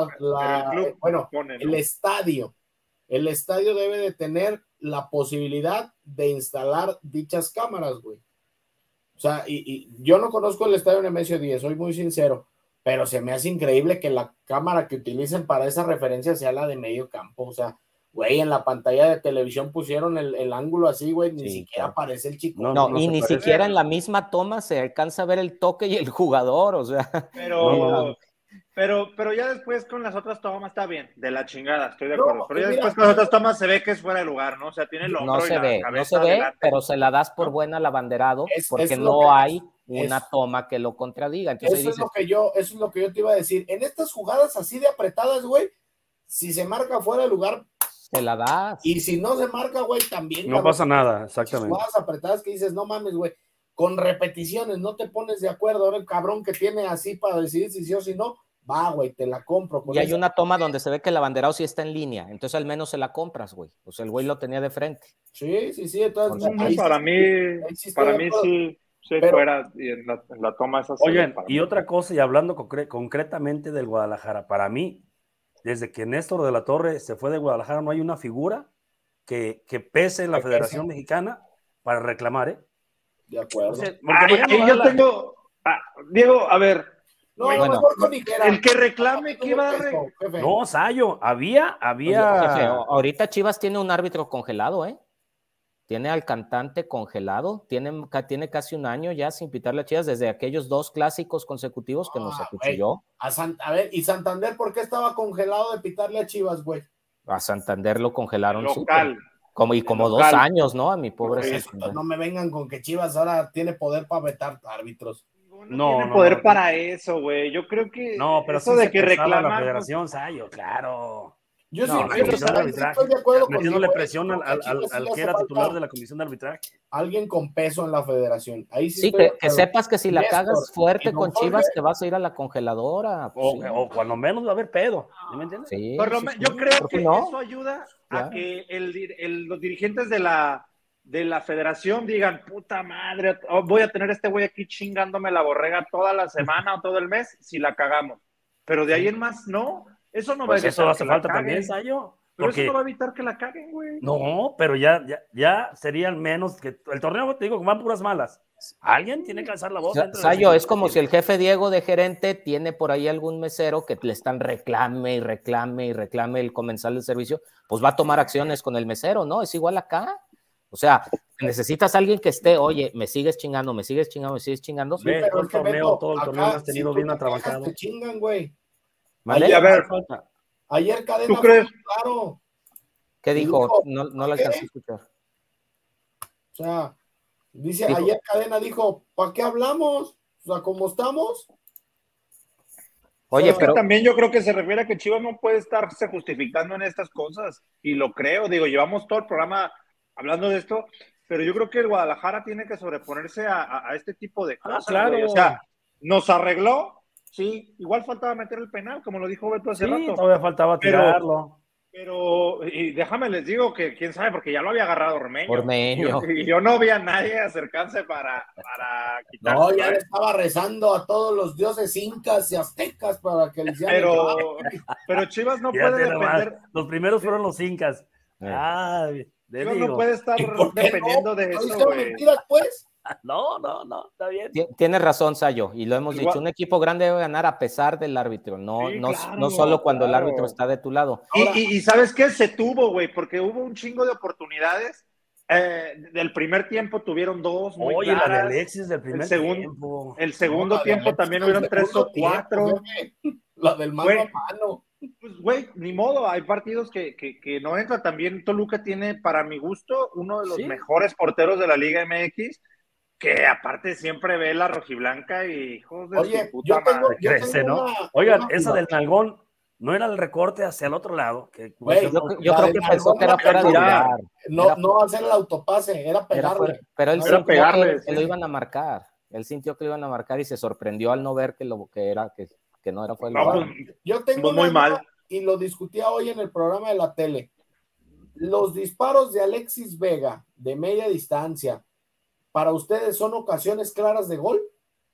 el estadio. El estadio debe de tener la posibilidad de instalar dichas cámaras, güey. O sea, y yo no conozco el estadio Nemesio 10, soy muy sincero, pero se me hace increíble que la cámara que utilicen para esa referencia sea la de medio campo. O sea, güey, en la pantalla de televisión pusieron el ángulo así, güey, ni siquiera aparece el chico. No, y ni siquiera en la misma toma se alcanza a ver el toque y el jugador, o sea. Pero ya después con las otras tomas está bien, de la chingada, estoy de acuerdo. Pero ya después con las otras tomas se ve que es fuera de lugar, ¿no? O sea, tiene el hombro no se ve, pero se la das por buena al abanderado, porque no hay una toma que lo contradiga. Entonces eso es lo que yo te iba a decir. En estas jugadas así de apretadas, güey, si se marca fuera de lugar, se la das. Y si no se marca, güey, también. No pasa nada, exactamente. Jugadas apretadas que dices, no mames, güey, con repeticiones no te pones de acuerdo. Ahora el cabrón que tiene así para decidir si sí o si no, va, güey, te la compro. Y hay una toma donde se ve que el abanderado sí está en línea, entonces al menos se la compras, güey. O sea, el güey lo tenía de frente. Sí. Entonces, para mí sí fuera y en la toma esa. Oigan, y otra cosa, y hablando concretamente del Guadalajara, para mí, desde que Néstor de la Torre se fue de Guadalajara, no hay una figura que pese en la Federación Mexicana para reclamar, ¿eh? De acuerdo. Yo tengo... Diego, a ver, No, Bueno, mejor con Higuera. El que reclame que iba a jefe. No, Sayo, había. Oye, jefe, ahorita Chivas tiene un árbitro congelado, ¿eh? Tiene al cantante congelado, tiene casi un año ya sin pitarle a Chivas desde aquellos 2 clásicos consecutivos que nos acuchilló. A ver, ¿y Santander por qué estaba congelado de pitarle a Chivas, güey? A Santander lo congelaron. Local. Sí, como 2 años, ¿no? A mi pobre Santander. No me vengan con que Chivas ahora tiene poder para vetar árbitros. No tiene poder para eso, güey. Yo creo que no, pero eso sí de se que reclama la Federación, Sayo, claro. Yo no, sí estoy de acuerdo con metiéndole presión al que era titular de la comisión de arbitraje. Alguien con peso en la federación. Ahí sí, que sepas que si la cagas fuerte con Chivas te vas a ir a la congeladora. O cuando menos va a haber pedo. ¿Sí me entiendes? Sí, yo creo que eso ayuda a que los dirigentes de la federación digan, puta madre, voy a tener a este güey aquí chingándome la borrega toda la semana o todo el mes si la cagamos. Pero de ahí en más, no. Eso no va a evitar eso hace que falta la también, caguen. Sayo. Pero eso no va a evitar que la caguen, güey. No, pero ya serían menos que el torneo, te digo, van puras malas. Alguien tiene que alzar la voz. Sayo, es como si el jefe Diego de gerente tiene por ahí algún mesero que le están reclame el comensal del servicio, pues va a tomar acciones con el mesero, ¿no? Es igual acá. O sea, necesitas a alguien que esté, oye, me sigues chingando. Sí, pero todo el torneo has tenido bien atrabajado. Te chingan, güey. ¿Vale? A ver, ayer Cadena ¿tú crees? Claro. ¿Qué dijo? No lo alcancé a escuchar. O sea, ayer Cadena dijo, ¿para qué hablamos? O sea, ¿cómo estamos? Oye, pero también yo creo que se refiere a que Chivas no puede estarse justificando en estas cosas. Y lo creo, digo, llevamos todo el programa hablando de esto, pero yo creo que el Guadalajara tiene que sobreponerse a este tipo de cosas. Claro. O sea, nos arregló. Sí, igual faltaba meter el penal, como lo dijo Beto hace rato. Todavía faltaba tirarlo. Pero, y déjame les digo que quién sabe, porque ya lo había agarrado Ormeño. Y yo no vi a nadie acercarse para quitarse. No, ya le estaba rezando a todos los dioses incas y aztecas para que le hicieran. Pero Chivas no puede depender. Los primeros fueron los incas. Chivas no puede estar dependiendo de eso, güey. Mentiras, pues? No, está bien. Tienes razón, Sayo, y lo hemos dicho, un equipo grande debe ganar a pesar del árbitro, no solo cuando el árbitro está de tu lado. Y ¿sabes qué? Se tuvo, güey, porque hubo un chingo de oportunidades. Del primer tiempo tuvieron 2 muy claras. La de Alexis del primer tiempo. El segundo tiempo también hubieron 3 o 4. La del mano a mano. Pues, güey, ni modo, hay partidos que no entra. También Toluca tiene, para mi gusto, uno de los mejores porteros de la Liga MX, que aparte siempre ve la rojiblanca y hijos de su puta madre. Crece, ¿no? Oigan, esa del nalgón no era el recorte hacia el otro lado. Yo creo que pensó que era fuera de lugar. No hacer el autopase, era pegarle. Pero él sintió que lo iban a marcar. Él sintió que lo iban a marcar y se sorprendió al no ver que no era fuera de lugar. Yo tengo muy mal. Y lo discutía hoy en el programa de la tele. Los disparos de Alexis Vega de media distancia, ¿para ustedes son ocasiones claras de gol?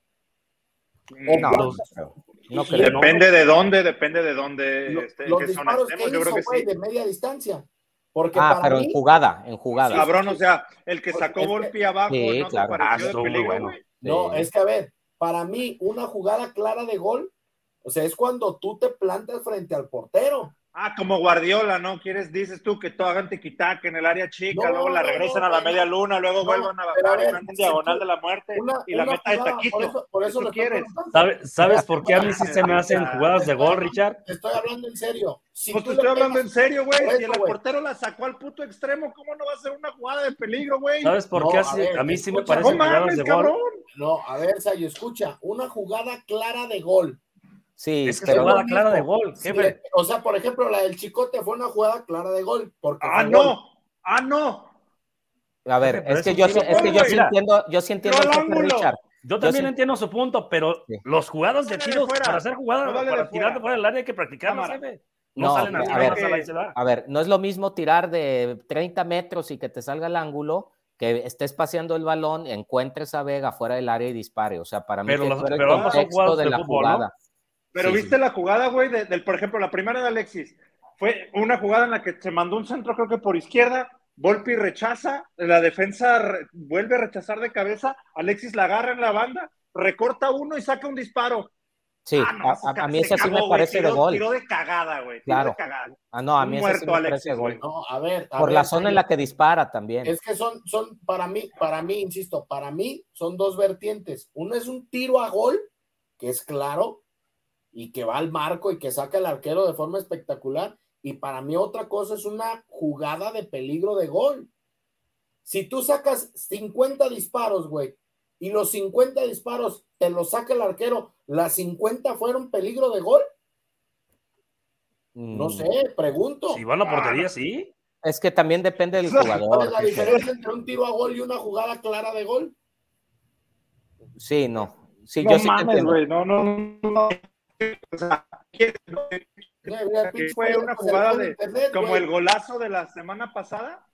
No creo. Depende de dónde. Los disparos que hizo, güey, de media distancia. Porque pero mí, en jugada. Cabrón, o sea, el que sacó Volpi abajo, sí, no claro. te pareció de peligro, güey. No, es que a ver, para mí, una jugada clara de gol, o sea, es cuando tú te plantas frente al portero. Como Guardiola, ¿no? Dices tú que todo hagan tiquitaca en el área chica, luego la regresan a la media luna, luego vuelvan a bajar en diagonal de la muerte y la meta de taquito. Por eso lo quieres. ¿Sabes por qué a mí sí se me hacen jugadas de gol, Richard? Estoy hablando en serio. Pues te estoy hablando en serio, güey. Si el portero la sacó al puto extremo, ¿cómo no va a ser una jugada de peligro, güey? ¿Sabes por qué a mí sí me parecen jugadas de gol? No, a ver, Sayo, escucha. Una jugada clara de gol. Sí, es que es jugada clara de gol. Sí, o sea, por ejemplo, la del Chicote fue una jugada clara de gol. No. A ver, yo sí entiendo el jefe Richard. Yo también entiendo su punto, pero los jugadas de tiro para hacer jugadas, para tirar de fuera del área hay que practicarlas, jefe. No salen a ver, no es lo mismo tirar de 30 metros y que te salga el ángulo, que estés paseando el balón, encuentres a Vega fuera del área y dispare. O sea, para mí pero el contexto de la jugada. ¿No? Pero viste la jugada, güey, por ejemplo, la primera de Alexis. Fue una jugada en la que se mandó un centro, creo que por izquierda, Volpi rechaza, la defensa vuelve a rechazar de cabeza, Alexis la agarra en la banda, recorta uno y saca un disparo. Sí, no, a mí se ese sí cagó, me parece tiró, de gol. tiró de cagada, güey. Claro. De cagada. No, a mí ese sí me Alexis, parece gol. No, a ver, Por la zona en la que dispara también. Es que son para mí, insisto, para mí son dos vertientes. Uno es un tiro a gol, que es claro, y que va al marco y que saca el arquero de forma espectacular. Y para mí otra cosa es una jugada de peligro de gol. Si tú sacas 50 disparos, güey, y los 50 disparos te los saca el arquero, ¿las 50 fueron peligro de gol? No sé, pregunto. Si va a la portería, sí. Es que también depende del ¿Cuál jugador. es la diferencia entre un tiro a gol y una jugada clara de gol? Sí, no. Sí, No yo sí te mames, entiendo. güey, no. O sea, que fue una jugada de como el golazo de la semana pasada.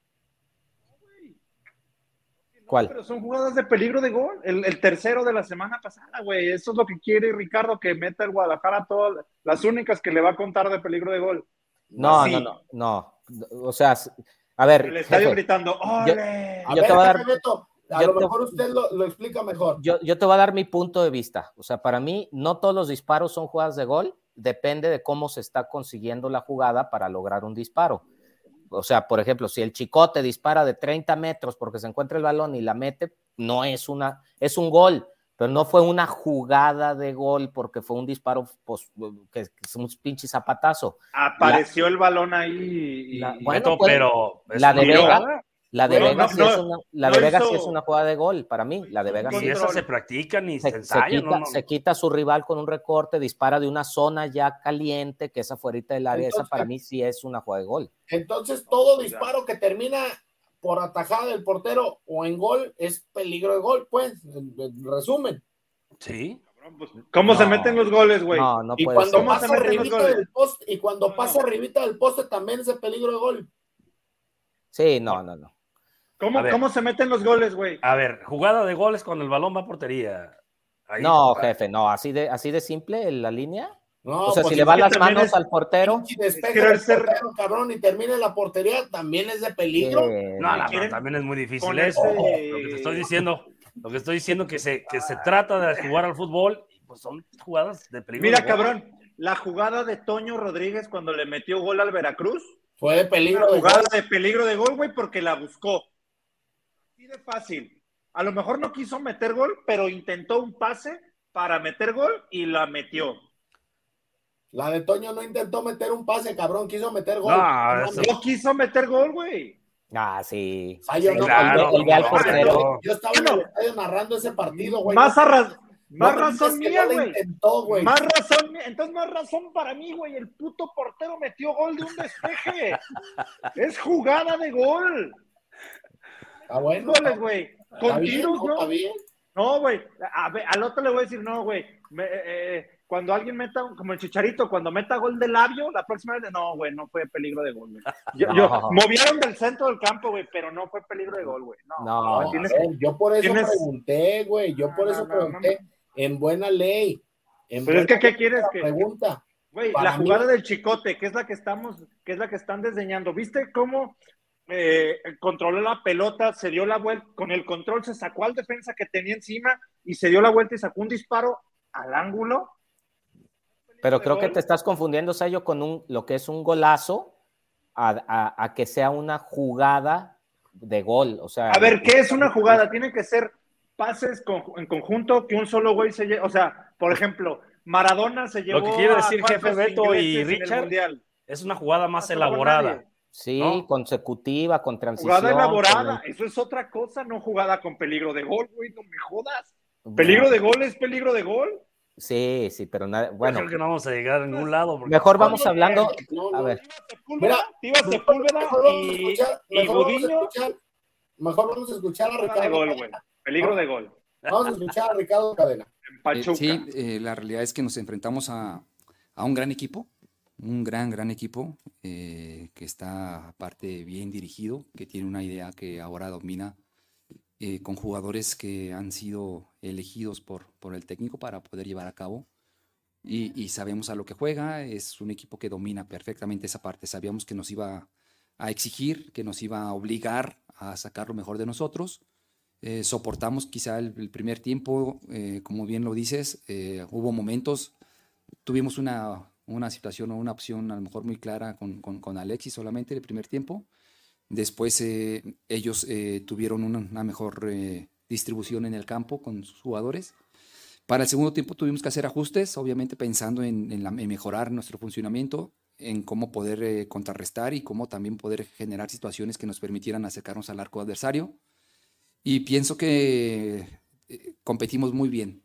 ¿Cuál? Pero son jugadas de peligro de gol. El tercero de la semana pasada, güey. Eso es lo que quiere Ricardo, que meta el Guadalajara todas las únicas que le va a contar de peligro de gol. No, Así. no. O sea, a ver. El estadio jefe, gritando, ¡ole! Yo te voy a dar. Beto, a lo mejor usted lo explica mejor. Yo te voy a dar mi punto de vista. O sea, para mí, no todos los disparos son jugadas de gol. Depende de cómo se está consiguiendo la jugada para lograr un disparo. O sea, por ejemplo, si el Chicote dispara de 30 metros porque se encuentra el balón y la mete, no es es un gol, pero no fue una jugada de gol porque fue un disparo, pues, que es un pinche zapatazo. Apareció el balón ahí. Bueno, pues, pero la de Vega. La de Vega sí es una jugada de gol para mí. La de Vega sí. Esa se practica ni se ensaya. Se quita a su rival con un recorte, dispara de una zona ya caliente, que es afuera del área. Esa para mí sí es una jugada de gol. Entonces, todo disparo que termina por atajada del portero o en gol es peligro de gol, pues, en resumen. Sí. ¿Cómo se meten los goles, güey? No y puede cuando ser. pasa arribita del poste, y cuando pasa arribita del poste también es el peligro de gol. Sí, no. ¿Cómo se meten los goles, güey? A ver, jugada de goles cuando el balón va a portería. Ahí no, jefe, no, así de simple la línea. No, o sea, pues si le van las manos al portero. Si despeja el portero, cabrón, y termina en la portería, también es de peligro. No, también es muy difícil eso. Lo que te estoy diciendo, que se trata de jugar al fútbol, pues son jugadas de peligro. Mira, cabrón, la jugada de Toño Rodríguez cuando le metió gol al Veracruz. Fue de peligro de gol. De peligro de gol, güey, porque la buscó. Así de fácil. A lo mejor no quiso meter gol, pero intentó un pase para meter gol y la metió. La de Toño no intentó meter un pase, cabrón, quiso meter gol. No quiso meter gol, güey. Ah, sí. Yo estaba en el estadio narrando ese partido, güey. Más razón mía, güey. Entonces más razón para mí, güey. El puto portero metió gol de un despeje. Es jugada de gol. Ah, bueno. Goles, güey. Con tiros, ¿no? Está bien. No, güey. Al otro le voy a decir, no, güey. Cuando alguien meta, como el Chicharito, cuando meta gol de labio, la próxima vez, no, güey, no fue peligro de gol, güey. Movieron del centro del campo, güey, pero no fue peligro de gol, güey. No, yo por eso pregunté, güey. Yo por eso pregunté. En buena ley. Pero es que, ¿qué quieres que pregunta? Güey, la jugada del Chicote, que es la que están desdeñando. ¿Viste cómo controló la pelota, se dio la vuelta, con el control se sacó al defensa que tenía encima y se dio la vuelta y sacó un disparo al ángulo? Pero creo que te estás confundiendo, Sayo, con lo que es un golazo a que sea una jugada de gol. O sea, a ver, ¿qué es una jugada? Tiene que ser pases en conjunto que un solo güey se lleve. O sea, por ejemplo, Maradona se llevó. Lo que quiere decir jefe Beto y Richard es una jugada más elaborada. Sí, ¿no? Consecutiva, con transición. Jugada elaborada, eso es otra cosa, no jugada con peligro de gol, güey, no me jodas. ¿Peligro de gol es peligro de gol? Sí, pero nada, bueno. Yo creo que no vamos a llegar a ningún lado. Mejor vamos hablando. A ver. Tiva Sepúlveda y Gudiño. Mejor vamos a escuchar a Ricardo. De gol, güey. Peligro de gol. Vamos a escuchar a Ricardo Cadena. Sí, la realidad es que nos enfrentamos a un gran equipo, un gran equipo que está aparte bien dirigido, que tiene una idea que ahora domina, con jugadores que han sido elegidos por el técnico para poder llevar a cabo y sabemos a lo que juega. Es un equipo que domina perfectamente esa parte. Sabíamos que nos iba a exigir, que nos iba a obligar a sacar lo mejor de nosotros. Soportamos quizá el primer tiempo, como bien lo dices, hubo momentos tuvimos una situación o una opción a lo mejor muy clara con Alexis solamente el primer tiempo. Después ellos tuvieron una mejor distribución en el campo con sus jugadores. Para el segundo tiempo tuvimos que hacer ajustes, obviamente pensando en mejorar nuestro funcionamiento, en cómo poder contrarrestar y cómo también poder generar situaciones que nos permitieran acercarnos al arco adversario. Y pienso que competimos muy bien,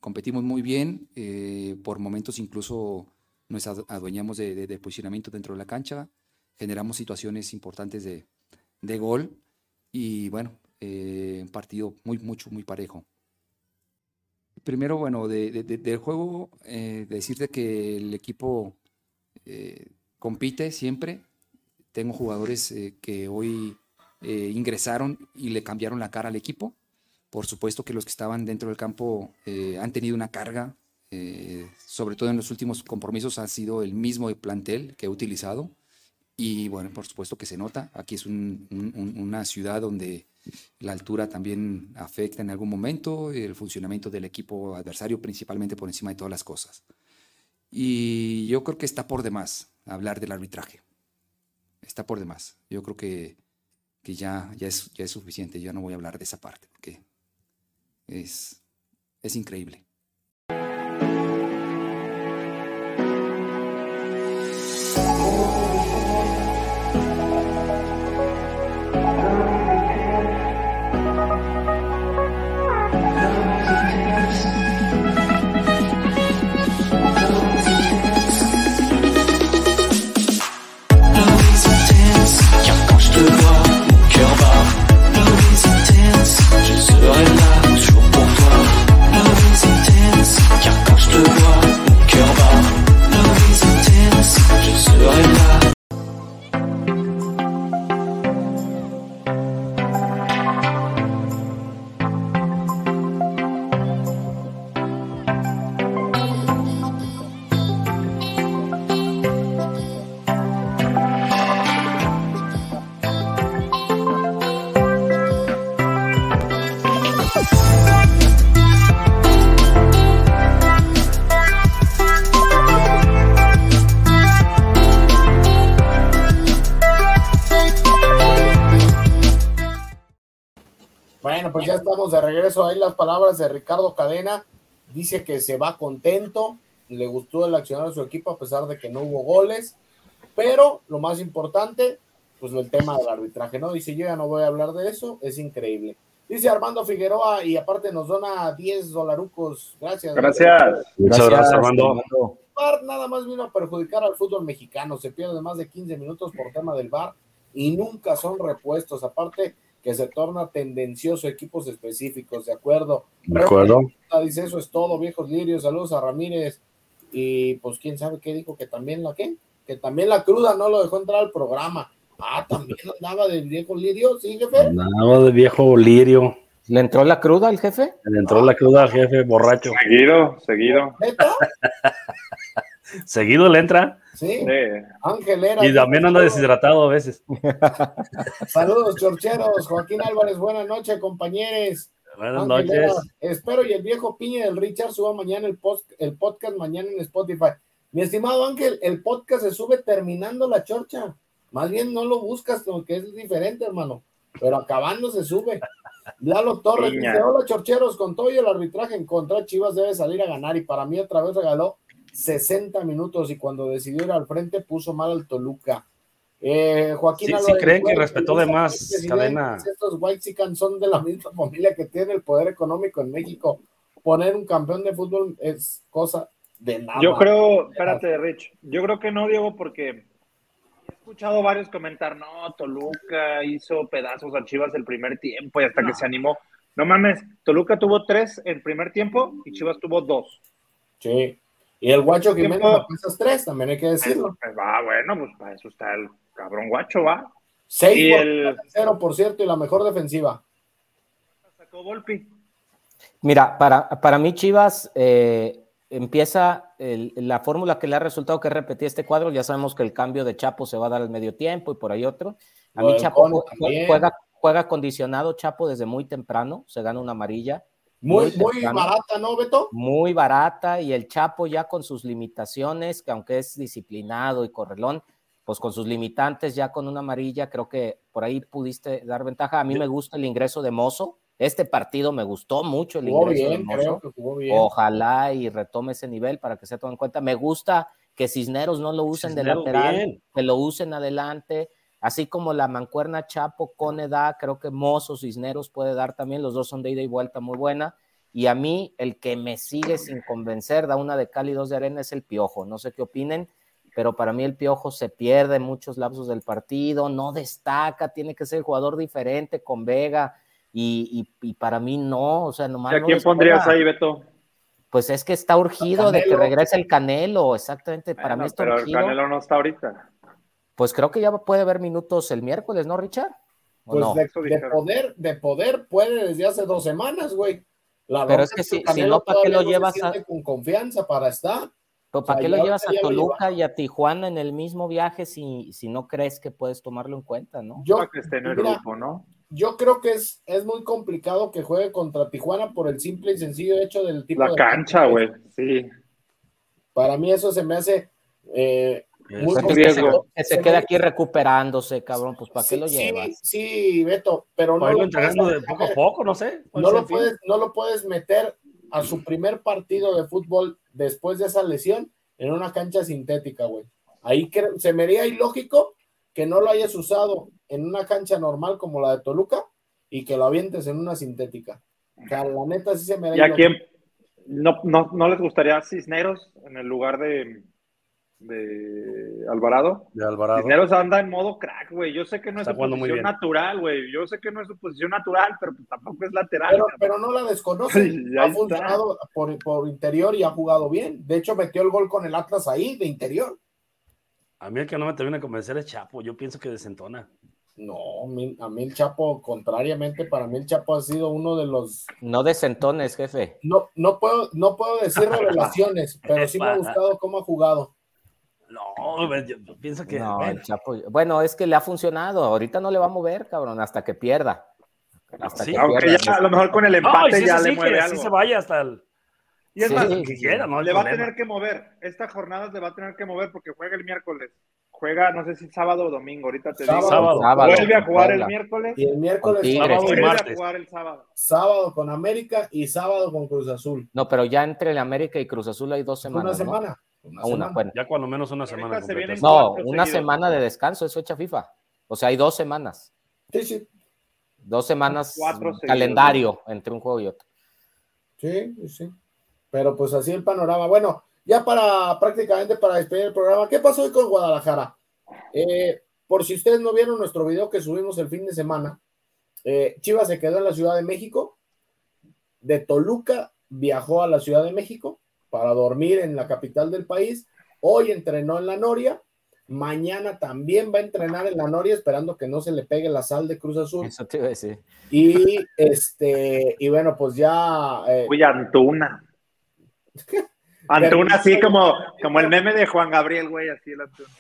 por momentos incluso nos adueñamos de posicionamiento dentro de la cancha, generamos situaciones importantes de gol y bueno, un partido muy parejo. Primero, bueno, del juego, decirte que el equipo compite siempre. Tengo jugadores que hoy ingresaron y le cambiaron la cara al equipo. Por supuesto que los que estaban dentro del campo han tenido una carga, sobre todo en los últimos compromisos ha sido el mismo plantel que he utilizado. Y bueno, por supuesto que se nota. Aquí es una ciudad donde la altura también afecta en algún momento el funcionamiento del equipo adversario, principalmente por encima de todas las cosas. Y yo creo que está por demás hablar del arbitraje. Está por demás. Yo creo que ya es suficiente. Ya no voy a hablar de esa parte porque es increíble. Bueno, pues ya estamos de regreso. Ahí las palabras de Ricardo Cadena. Dice que se va contento, le gustó el accionar de su equipo a pesar de que no hubo goles, pero lo más importante, pues el tema del arbitraje, ¿no? Dice, yo ya no voy a hablar de eso, es increíble. Dice Armando Figueroa, y aparte nos dona $10. Gracias. Gracias. Muchas gracias, Armando. VAR nada más vino a perjudicar al fútbol mexicano, se pierde más de 15 minutos por tema del VAR y nunca son repuestos, aparte que se torna tendencioso equipos específicos, ¿de acuerdo? De acuerdo. Dice, eso es todo, viejos lirios, saludos a Ramírez, y pues quién sabe qué dijo, que también la cruda no lo dejó entrar al programa. También andaba de viejo lirio, ¿sí, jefe? Andaba de viejo lirio. ¿Le entró la cruda al jefe? Le entró la cruda al jefe, borracho. Seguido. ¿Neta? Seguido le entra. Sí. Ángel era. Y también anda deshidratado a veces. Saludos, chorcheros. Joaquín Álvarez, buenas noches, compañeros. Buenas Ángel noches. Era. Espero y el viejo Piña del Richard suba mañana el podcast mañana en Spotify. Mi estimado Ángel, el podcast se sube terminando la chorcha. Más bien no lo buscas, que es diferente, hermano. Pero acabando se sube. Lalo Torres dice, hola chorcheros, con todo y el arbitraje en contra, Chivas debe salir a ganar y para mí otra vez regaló 60 minutos y cuando decidió ir al frente puso mal al Toluca. Joaquín Sí, Álvarez, sí creen que respetó de más, Cadena. Estos Whitexican son de la misma familia que tiene el poder económico en México. Poner un campeón de fútbol es cosa de nada. Yo creo, espérate, Rich, yo creo que no, Diego, porque he escuchado varios comentar, no, Toluca hizo pedazos a Chivas el primer tiempo y hasta que se animó. No mames, Toluca tuvo 3 el primer tiempo y Chivas tuvo 2. Sí. Y el Guacho Jiménez a esas 3, también hay que decirlo. Pues va, bueno, pues para eso está el cabrón Guacho, va. 6-0, por cierto, y la mejor defensiva. Sacó Volpi. Mira, para mí Chivas empieza la fórmula que le ha resultado, que es repetir este cuadro. Ya sabemos que el cambio de Chapo se va a dar al medio tiempo y por ahí otro. A mí Chapo juega condicionado, Chapo, desde muy temprano, se gana una amarilla. Muy barata, ¿no, Beto? Muy barata, y el Chapo ya con sus limitaciones, que aunque es disciplinado y correlón, pues con sus limitantes, ya con una amarilla, creo que por ahí pudiste dar ventaja. A mí me gusta el ingreso de Mozo. Este partido me gustó mucho el ingreso de Mozo. Creo que jugó bien. Ojalá y retome ese nivel para que se tome en cuenta. Me gusta que Cisneros no lo usen de lateral, bien, que lo usen adelante. Así como la mancuerna Chapo con edad, creo que Mozo, Cisneros puede dar también, los dos son de ida y vuelta muy buena, y a mí el que me sigue sin convencer, da una de cal y dos de arena, es el Piojo. No sé qué opinen, pero para mí el Piojo se pierde en muchos lapsos del partido, no destaca, tiene que ser jugador diferente con Vega, y para mí no, o sea, nomás. ¿Y a quién pondrías ahí, Beto? Pues es que está urgido de que regrese el Canelo, exactamente, para mí está urgido. Pero el Canelo no está ahorita. Pues creo que ya puede haber minutos el miércoles, ¿no, Richard? Pues no? de poder puede desde hace 2 semanas, güey. Pero es que si no, ¿para qué lo llevas con confianza para estar? Pero ¿para qué lo llevas a Toluca y a Tijuana en el mismo viaje si no crees que puedes tomarlo en cuenta, ¿no? Para que esté en el grupo, ¿no? Yo creo que es muy complicado que juegue contra Tijuana por el simple y sencillo hecho del tipo de cancha, güey, sí. Para mí eso se me hace muy riesgo. Que se quede aquí recuperándose, cabrón, pues ¿para qué lo llevas? Sí, Beto, pero no lo entregando de poco a poco, no sé. No lo puedes meter a su primer partido de fútbol después de esa lesión en una cancha sintética, güey. Ahí se me haría ilógico que no lo hayas usado en una cancha normal como la de Toluca y que lo avientes en una sintética. O sea, la neta sí se me haría ilógico. ¿Y a quién no les gustaría Cisneros en el lugar de Alvarado? De Alvarado. Cisneros anda en modo crack, güey. Yo sé que no es su posición natural, güey. Yo sé que no es su posición natural, pero pues tampoco es lateral. Pero no la desconoce. Ha funcionado por interior y ha jugado bien. De hecho, metió el gol con el Atlas ahí, de interior. A mí el que no me termina de convencer es Chapo. Yo pienso que desentona. No, a mí el Chapo, contrariamente, para mí el Chapo ha sido uno de los... No desentones, jefe. No puedo decir revelaciones, pero sí me ha gustado cómo ha jugado. No, yo pienso que... No, el Chapo... Bueno, es que le ha funcionado. Ahorita no le va a mover, cabrón, hasta que pierda. Aunque ya a lo mejor con el empate ya le mueve algo. Sí se vaya hasta el... Y es más, que quiera, ¿no? Le va a tener que mover. Esta jornada le va a tener que mover porque juega el miércoles. Juega, no sé si sábado o domingo, ahorita te digo. Sábado. Vuelve a jugar el miércoles. Y el miércoles vuelve a jugar el sábado. Sábado con América y sábado con Cruz Azul. No, pero ya entre el América y Cruz Azul hay 2 semanas. Una semana. Bueno. Ya cuando menos una semana. No, una semana de descanso, es fecha FIFA. O sea, hay 2 semanas. Sí. 2 semanas calendario entre un juego y otro. Sí. Pero pues así el panorama. Bueno, ya prácticamente para despedir el programa, ¿qué pasó hoy con Guadalajara? Por si ustedes no vieron nuestro video que subimos el fin de semana, Chivas se quedó en la Ciudad de México, de Toluca viajó a la Ciudad de México para dormir en la capital del país, hoy entrenó en la Noria, mañana también va a entrenar en la Noria, esperando que no se le pegue la sal de Cruz Azul. Eso te iba a decir. Y bueno, pues ya... Uy, Antuna. Antuna así como el meme de Juan Gabriel, güey, así el Antuna.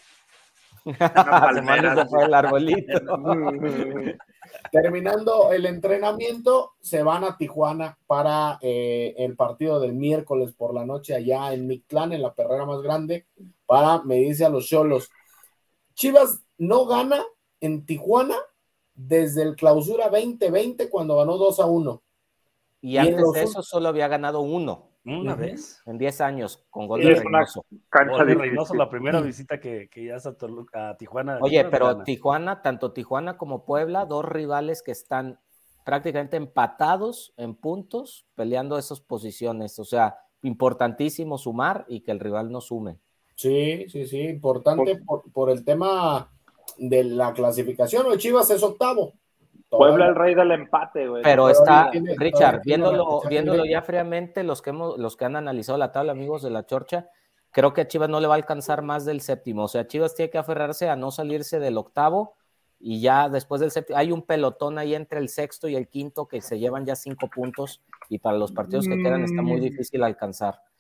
Se fue el arbolito. Terminando el entrenamiento, se van a Tijuana para el partido del miércoles por la noche allá en Mictlán, en la perrera más grande, para medirse a los Xolos. Chivas no gana en Tijuana desde el Clausura 2020 cuando ganó 2-1. Y antes de eso solo había ganado una vez en 10 años con gol de Reynoso. Gol de Reynoso, la primera visita que ya es a Tijuana. Oye, pero tanto Tijuana como Puebla, 2 rivales que están prácticamente empatados en puntos, peleando esas posiciones. O sea, importantísimo sumar y que el rival no sume. Sí, importante por el tema de la clasificación. Hoy Chivas es octavo. Puebla el rey del empate, güey. Pero está, Richard, viéndolo ya fríamente, los que han analizado la tabla, amigos de la Chorcha, creo que a Chivas no le va a alcanzar más del 7º. O sea, Chivas tiene que aferrarse a no salirse del 8º y ya después del 7º hay un pelotón ahí entre el 6º y el 5º que se llevan ya 5 puntos y para los partidos que quedan está muy difícil alcanzar.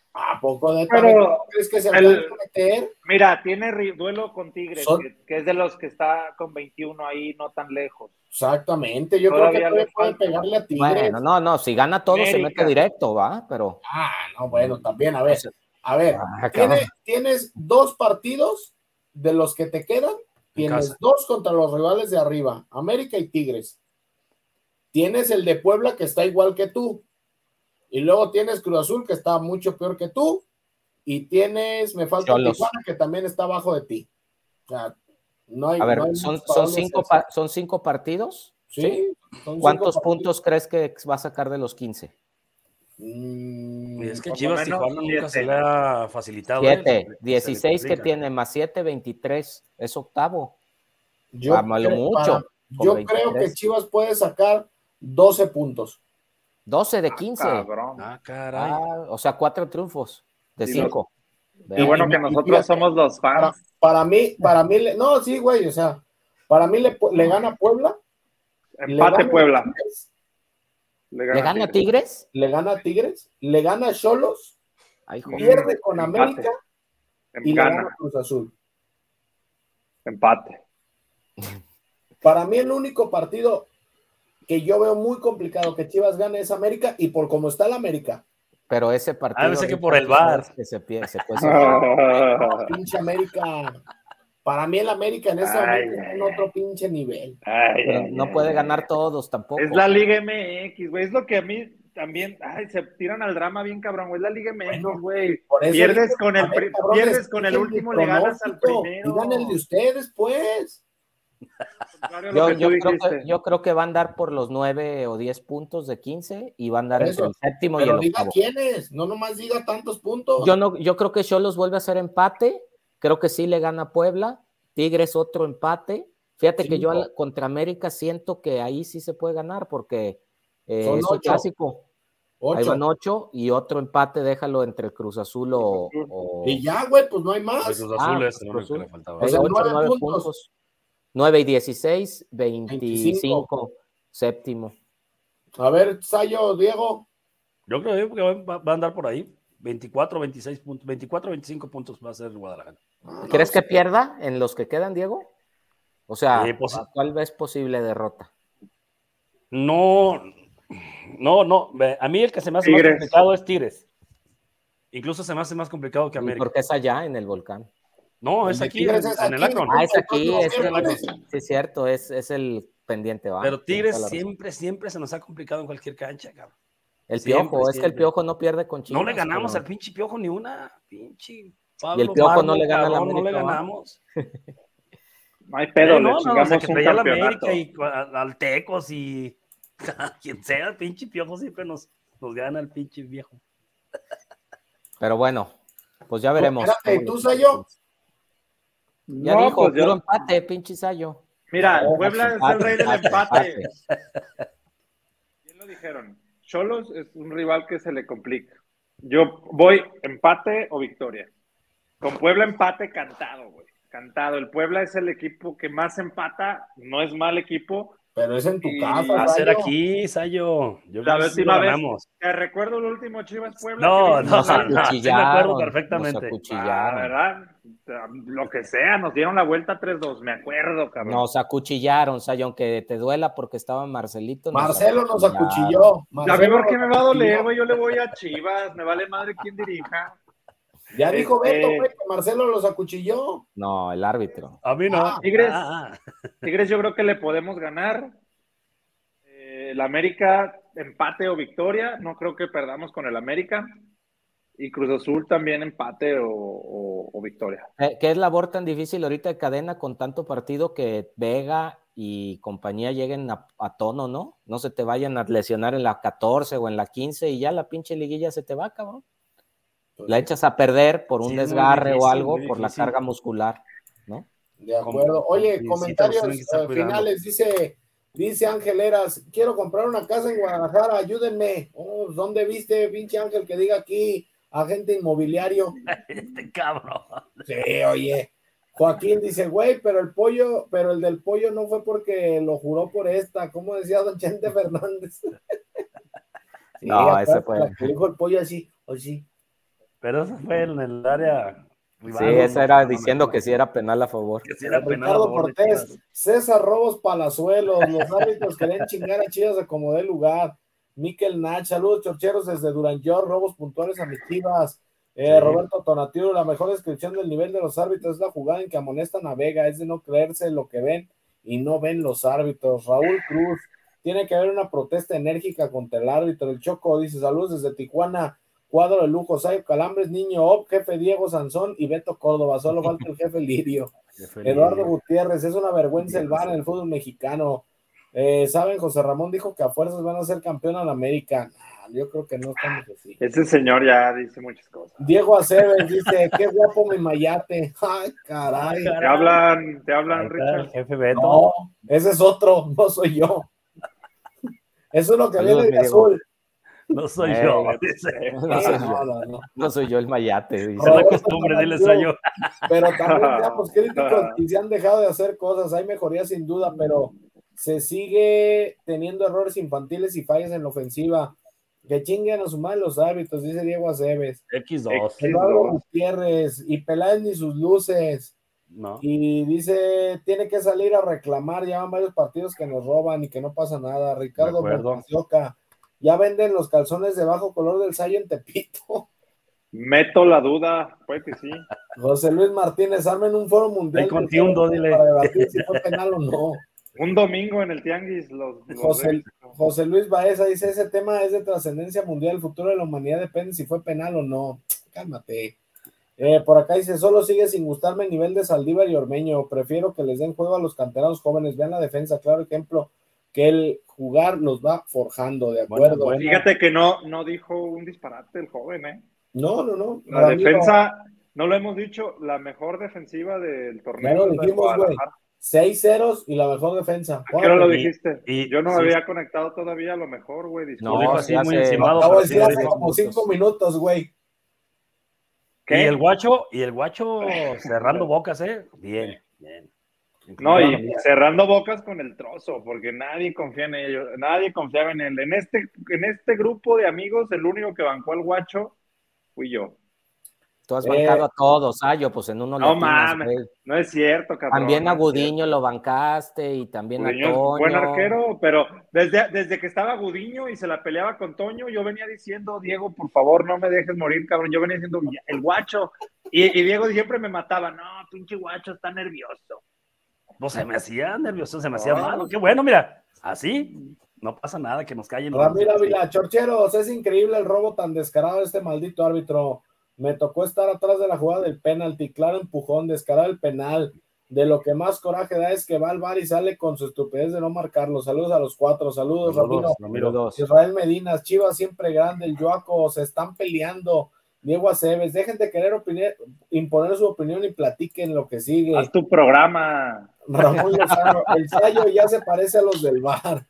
¿A poco de Pero crees que se alcanza a meter? Mira, tiene duelo con Tigres, Son... que es de los que está con 21 ahí, no tan lejos. Exactamente, yo Todavía creo que le puede falta. pegarle a Tigres. Bueno, no, si gana todo se mete directo, ¿va? Pero... no, bueno, también, a ver, cabrón. tienes 2 partidos de los que te quedan, tienes 2 contra los rivales de arriba, América y Tigres. Tienes el de Puebla que está igual que tú, y luego tienes Cruz Azul que está mucho peor que tú, y tienes, me falta Tijuana que también está abajo de ti. O sea, no hay. A ver, no hay ¿son 5 partidos? Sí. ¿Cuántos puntos crees que va a sacar de los 15? Es que Chivas Tijuana nunca se le ha facilitado. 7, 16 que tiene, más 7, 23, es octavo. Yo creo que Chivas puede sacar 12 puntos. 12 de 15. Caray. O sea, 4 triunfos de 5. Y bueno que nosotros somos los fans. Para mí, no, sí, güey, o sea, para mí le gana Puebla. Empate Puebla. ¿Le gana Tigres? Le gana Tigres, le gana Xolos, pierde con América y le gana Cruz Azul. Empate. Para mí el único partido que yo veo muy complicado que Chivas gane es América y por cómo está la América. Pero ese partido... que por el VAR. Que se puede pinche América... Para mí el América en ese momento está en otro pinche nivel. Pero no puede ganar todos tampoco. Es la Liga MX, güey. Es lo que a mí también... se tiran al drama bien cabrón, güey. Es la Liga MX, güey. Pierdes con el último, le ganas al primero. Digan el de ustedes, pues. Yo creo que va a andar por los 9 o 10 puntos de 15 y va a andar entre el séptimo y el octavo. Diga quiénes, no nomás diga tantos puntos. Yo creo que Xolos vuelve a hacer empate. Creo que sí le gana a Puebla. Tigres otro empate. Fíjate que yo contra América siento que ahí sí se puede ganar porque es un clásico. 8. Ahí van 8 y otro empate déjalo entre Cruz Azul o... Y ya, güey, pues no hay más. Cruz Azul es lo que le faltaba. 8, 9 puntos. 9 y 16, 25, séptimo. A ver, Sayo, Diego. Yo creo que va a andar por ahí. 24, 26 puntos, 24, 25 puntos va a ser Guadalajara. ¿Crees que pierda en los que quedan, Diego? O sea, ¿cuál ves posible derrota? No. A mí el que se me hace más complicado es Tigres. Incluso se me hace más complicado que América. Porque es allá en el volcán. No, es aquí, en el Akron. Es aquí, sí, es cierto, es el pendiente. ¿va? Pero Tigres siempre se nos ha complicado en cualquier cancha, cabrón. El Piojo, es que el Piojo no pierde con Chivas. No le ganamos al pinche Piojo ni una, pinche Pablo y el Piojo Marmo, no le gana a la América. No le ganamos. No hay pedo, le chingamos que un traía campeonato. La América y al Tecos y a quien sea, el pinche Piojo siempre nos gana el pinche viejo. Pero bueno, pues ya veremos. Espérate, ¿tú, Sayo? Ya dijo, puro empate, pinche Sayo. Mira, Puebla es el rey del empate. Bien lo dijeron. Xolos es un rival que se le complica. Yo voy empate o victoria. Con Puebla empate cantado, güey. Cantado. El Puebla es el equipo que más empata. No es mal equipo. Pero es en tu casa, va a ser aquí, Sayo. La última vez. Te recuerdo el último Chivas Puebla. No, sí me acuerdo perfectamente. ¿Verdad? Lo que sea, nos dieron la vuelta 3-2, me acuerdo, cabrón. Nos acuchillaron, Sayo, aunque te duela porque estaba Marcelito. Marcelo nos acuchilló. A mí, ¿por qué me va a doler, güey? Yo le voy a Chivas, me vale madre quién dirija. Ya dijo Beto, güey, que Marcelo los acuchilló. No, el árbitro. A mí no. Tigres, yo creo que le podemos ganar. El América, empate o victoria. No creo que perdamos con el América. Y Cruz Azul también empate o victoria. ¿Qué es labor tan difícil ahorita de cadena con tanto partido que Vega y compañía lleguen a tono, ¿no? No se te vayan a lesionar en la 14 o en la 15 y ya la pinche liguilla se te va, cabrón. La echas a perder por un desgarre o algo, por la carga muscular, ¿no? De acuerdo. Oye, comentarios finales, dice Ángel Eras, quiero comprar una casa en Guadalajara, ayúdenme. ¿Dónde viste, pinche Ángel, que diga aquí agente inmobiliario? Este cabrón. Sí, oye. Joaquín dice, güey, pero el del pollo no fue porque lo juró por esta, ¿cómo decía don Chente Fernández? Sí, no, ese fue. Que dijo el pollo así, o sí. Pero eso fue en el área rival. Sí, esa era diciendo que sí era penal a favor. Que sí era penal a Ricardo favor de Cortés, Chivas. César Robos Palazuelos, los árbitros querían chingar a Chivas de como de lugar. Miquel Nach, saludos chorcheros desde Duranyor, robos puntuales a mis Chivas. Roberto Tonatiuh, la mejor descripción del nivel de los árbitros es la jugada en que amonestan a Vega, es de no creerse lo que ven y no ven los árbitros. Raúl Cruz, tiene que haber una protesta enérgica contra el árbitro. El Choco dice, saludos desde Tijuana, cuadro de lujo, Sayo Calambres, Niño Op, jefe Diego Sansón y Beto Córdoba, solo falta el jefe Lirio. Eduardo Gutiérrez, es una vergüenza el VAR en el fútbol mexicano. ¿Saben? José Ramón dijo que a fuerzas van a ser campeón en América. Yo creo que no estamos así. Ese señor ya dice muchas cosas. Diego Aceves dice, qué guapo mi mayate. Ay, caray. ¿Te hablan, Richard? El jefe Beto. No, ese es otro, no soy yo. Eso es lo que Saludos, viene de mi Diego. azul. No soy yo. Dice. No soy yo el mayate. Dice. Es la costumbre, dile soy yo. Pero también seamos críticos y se han dejado de hacer cosas. Hay mejoría sin duda, pero se sigue teniendo errores infantiles y fallas en la ofensiva. Que chinguen a su madre los árbitros, dice Diego Aceves. X2. Eduardo Gutiérrez y Peláez ni sus luces. No. Y dice, tiene que salir a reclamar, ya van varios partidos que nos roban y que no pasa nada. Ricardo Montesioca, ya venden los calzones de bajo color del Sayo en Tepito. Meto la duda, puede que sí. José Luis Martínez, armen un foro mundial dile. para debatir si fue penal o no. Un domingo en el Tianguis. José Luis Baeza dice, ese tema es de trascendencia mundial, el futuro de la humanidad depende si fue penal o no. Cálmate. Por acá dice, solo sigue sin gustarme el nivel de Saldívar y Ormeño, prefiero que les den juego a los canteranos jóvenes, vean la defensa, claro ejemplo, que el jugar los va forjando, de acuerdo. Bueno. Fíjate que no dijo un disparate el joven, ¿eh? No. La defensa, no lo hemos dicho, la mejor defensiva del torneo. Ya lo dijimos, güey. 6-0 y la mejor defensa. ¿Qué no lo dijiste? Y yo no me había conectado todavía, a lo mejor, güey. No, dijo así muy encimado. Acabo de decir hace como 5 minutos, güey. Y el guacho cerrando bocas, ¿eh? Bien. No, y cerrando bocas con el trozo, porque nadie confía en ellos, nadie confiaba en él. En este grupo de amigos, el único que bancó al guacho fui yo. Tú has bancado a todos, Sayo, pues en uno no mames, no es cierto, cabrón. También a Gudiño lo bancaste y también Gudiño a Toño. Es buen arquero, pero desde que estaba Gudiño y se la peleaba con Toño, yo venía diciendo, Diego, por favor, no me dejes morir, cabrón. Yo venía diciendo, el guacho. Y Diego siempre me mataba, no, pinche guacho, está nervioso. No, se me hacía nervioso, se me hacía malo. Qué bueno, mira, así no pasa nada, que nos callen. Ramiro Ávila, chorcheros, es increíble el robo tan descarado de este maldito árbitro. Me tocó estar atrás de la jugada del penalti, claro empujón, descarado el penal. De lo que más coraje da es que va al VAR y sale con su estupidez de no marcarlo. Saludos a los 4, saludos Ramiro. Israel Medinas, Chivas siempre grande, el Yoaco, se están peleando. Diego Aceves, dejen de querer imponer su opinión y platiquen lo que sigue. Haz tu programa. Ramón Lozano, el Sayo ya se parece a los del VAR.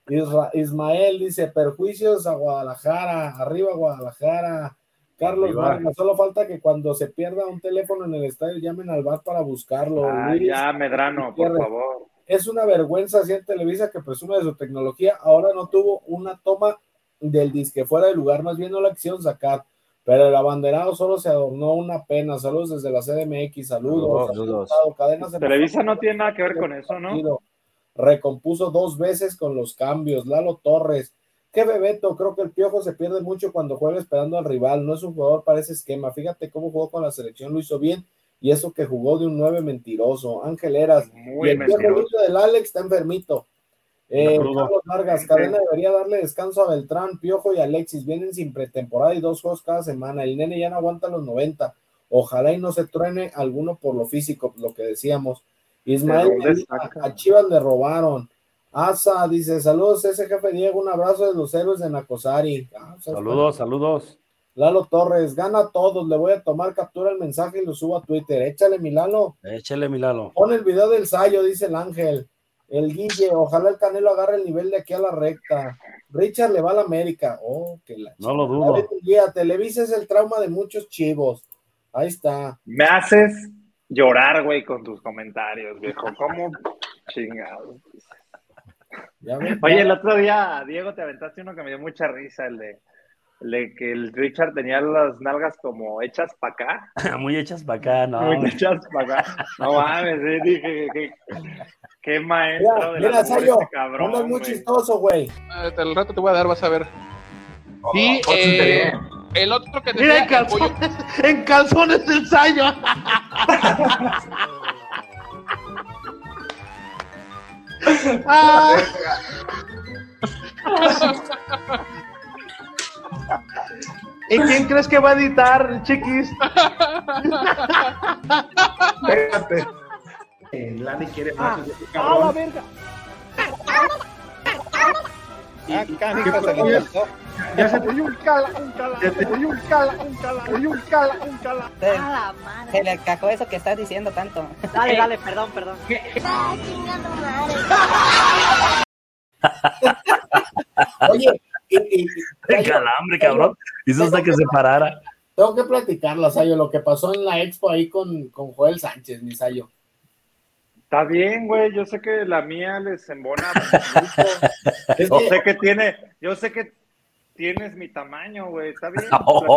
Ismael dice, perjuicios a Guadalajara, arriba Guadalajara. Carlos Vargas, solo falta que cuando se pierda un teléfono en el estadio llamen al VAR para buscarlo. Ya, Medrano, por favor. Es una vergüenza así en Televisa que presume de su tecnología. Ahora no tuvo una toma del disque fuera de lugar, más bien no la quisieron sacar. Pero el abanderado solo se adornó, una pena. Saludos desde la CDMX, saludos. Televisa no tiene nada que ver con eso, ¿no? Recompuso 2 veces con los cambios. Lalo Torres, qué Bebeto, creo que el Piojo se pierde mucho cuando juega esperando al rival, no es un jugador para ese esquema. Fíjate cómo jugó con la selección, lo hizo bien, y eso que jugó de un 9 mentiroso. Ángel Eras, muy y el Piojo del Alex está enfermito. Carlos Vargas, Cadena debería darle descanso a Beltrán, Piojo y Alexis, vienen sin pretemporada y 2 juegos cada semana, el nene ya no aguanta los 90, ojalá y no se truene alguno por lo físico, lo que decíamos. Ismael, a Chivas le robaron. Asa dice, saludos ese jefe Diego, un abrazo de los héroes de Nacosari. Saludos. Lalo Torres, gana a todos, le voy a tomar captura el mensaje y lo subo a Twitter. Échale mi Lalo. Pon el video del Sayo, dice el Ángel. El Guille, ojalá el Canelo agarre el nivel de aquí a la recta. Richard le va a la América. No lo dudo. Televisa es el trauma de muchos chivos. Ahí está. Me haces llorar, güey, con tus comentarios, viejo. ¿Cómo chingados? Ya ves, Oye, el otro día, Diego, te aventaste uno que me dio mucha risa, el de que el Richard tenía las nalgas como hechas para acá. Muy hechas para acá, no. Muy hechas para acá. No mames, dije qué maestro mira, Sayo, no es muy chistoso, güey. Al rato te voy a dar, vas a ver. Y el otro que mira, en calzones del Sayo. ¿Y quién crees que va a editar, chiquis? Espérate. Lani quiere más. ¡A la verga! Ya se te un cala. Se le cagó eso que estás diciendo tanto. Dale, perdón. Oye, El calambre, cabrón. Hizo hasta que se parara. Tengo que platicarlo, Sayo, lo que pasó en la expo ahí con Joel Sánchez, mi Sayo. Está bien, güey, yo sé que la mía les embona mucho. Yo sé que tienes mi tamaño, güey, está bien.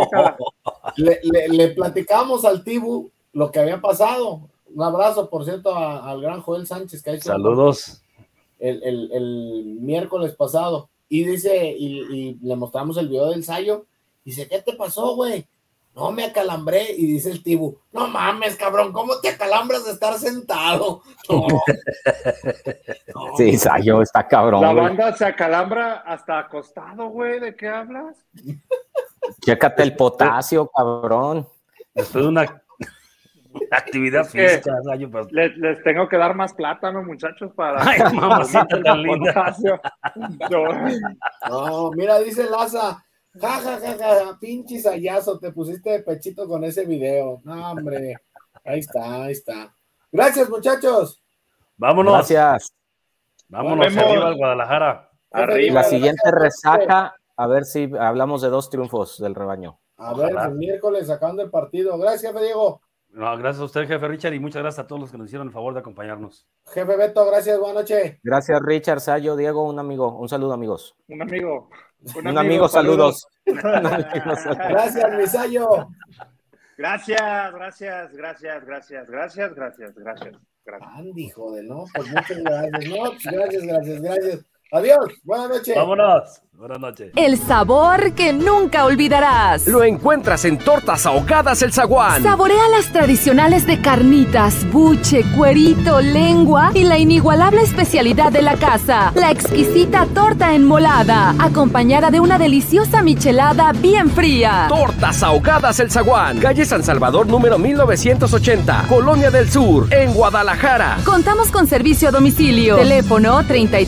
Le platicamos al Tibu lo que había pasado. Un abrazo, por cierto, al gran Joel Sánchez, que ha hecho saludos el miércoles pasado. Y dice, y le mostramos el video del Sayo. Dice, ¿qué te pasó, güey? No, me acalambré. Y dice el Tibu, no mames, cabrón, ¿cómo te acalambras de estar sentado? No. Sí, Sayo, está cabrón. La banda se acalambra hasta acostado, güey, ¿de qué hablas? Chécate el potasio, cabrón. Después de una actividad física, Sayo, pero... les tengo que dar más plátano, muchachos, para... Ay, mamacita tan linda. No, mira, dice Laza, ja, pinche Sayazo, te pusiste de pechito con ese video. No, hombre, ahí está. Gracias, muchachos. Vámonos. Gracias. Vámonos arriba al Guadalajara. Arriba. La siguiente resaca, a ver si hablamos de 2 triunfos del rebaño. A ver, el miércoles sacando el partido. Gracias, jefe Diego. No, gracias a usted, jefe Richard, y muchas gracias a todos los que nos hicieron el favor de acompañarnos. Jefe Beto, gracias, buenas noches. Gracias, Richard, Sayo, Diego, un amigo. Un saludo, amigos. Un amigo, saludos. Gracias, mi Sayo. Gracias. Andy, joder, ¿no? Pues muchas gracias. No, pues gracias. Adiós, buenas noches. Vámonos. Buenas noches. El sabor que nunca olvidarás. Lo encuentras en Tortas Ahogadas El Zaguán. Saborea las tradicionales de carnitas, buche, cuerito, lengua y la inigualable especialidad de la casa, la exquisita torta enmolada, acompañada de una deliciosa michelada bien fría. Tortas Ahogadas El Zaguán, calle San Salvador número 1980, Colonia del Sur, en Guadalajara. Contamos con servicio a domicilio. Teléfono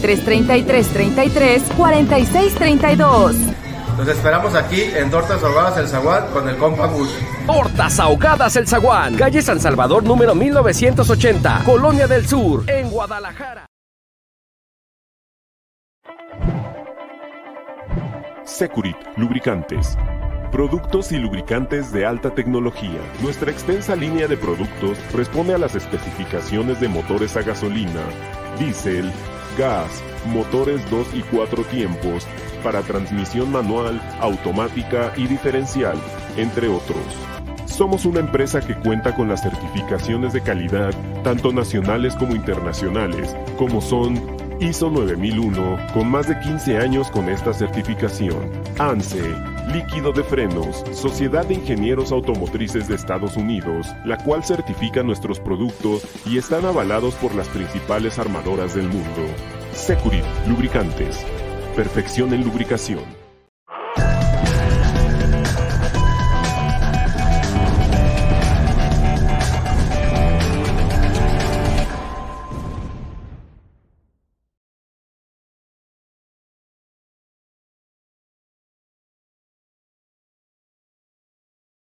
33 46 32. Los esperamos aquí en Tortas Ahogadas El Zaguán con el compa Gus. Tortas Ahogadas El Zaguán, calle San Salvador número 1980, Colonia del Sur, en Guadalajara. Securit Lubricantes. Productos y lubricantes de alta tecnología. Nuestra extensa línea de productos responde a las especificaciones de motores a gasolina, diésel, gas, motores 2 y 4 tiempos, para transmisión manual, automática y diferencial, entre otros. Somos una empresa que cuenta con las certificaciones de calidad, tanto nacionales como internacionales, como son ISO 9001, con más de 15 años con esta certificación. ANSE, Líquido de Frenos, Sociedad de Ingenieros Automotrices de Estados Unidos, la cual certifica nuestros productos y están avalados por las principales armadoras del mundo. Securit Lubricantes. Perfección en lubricación.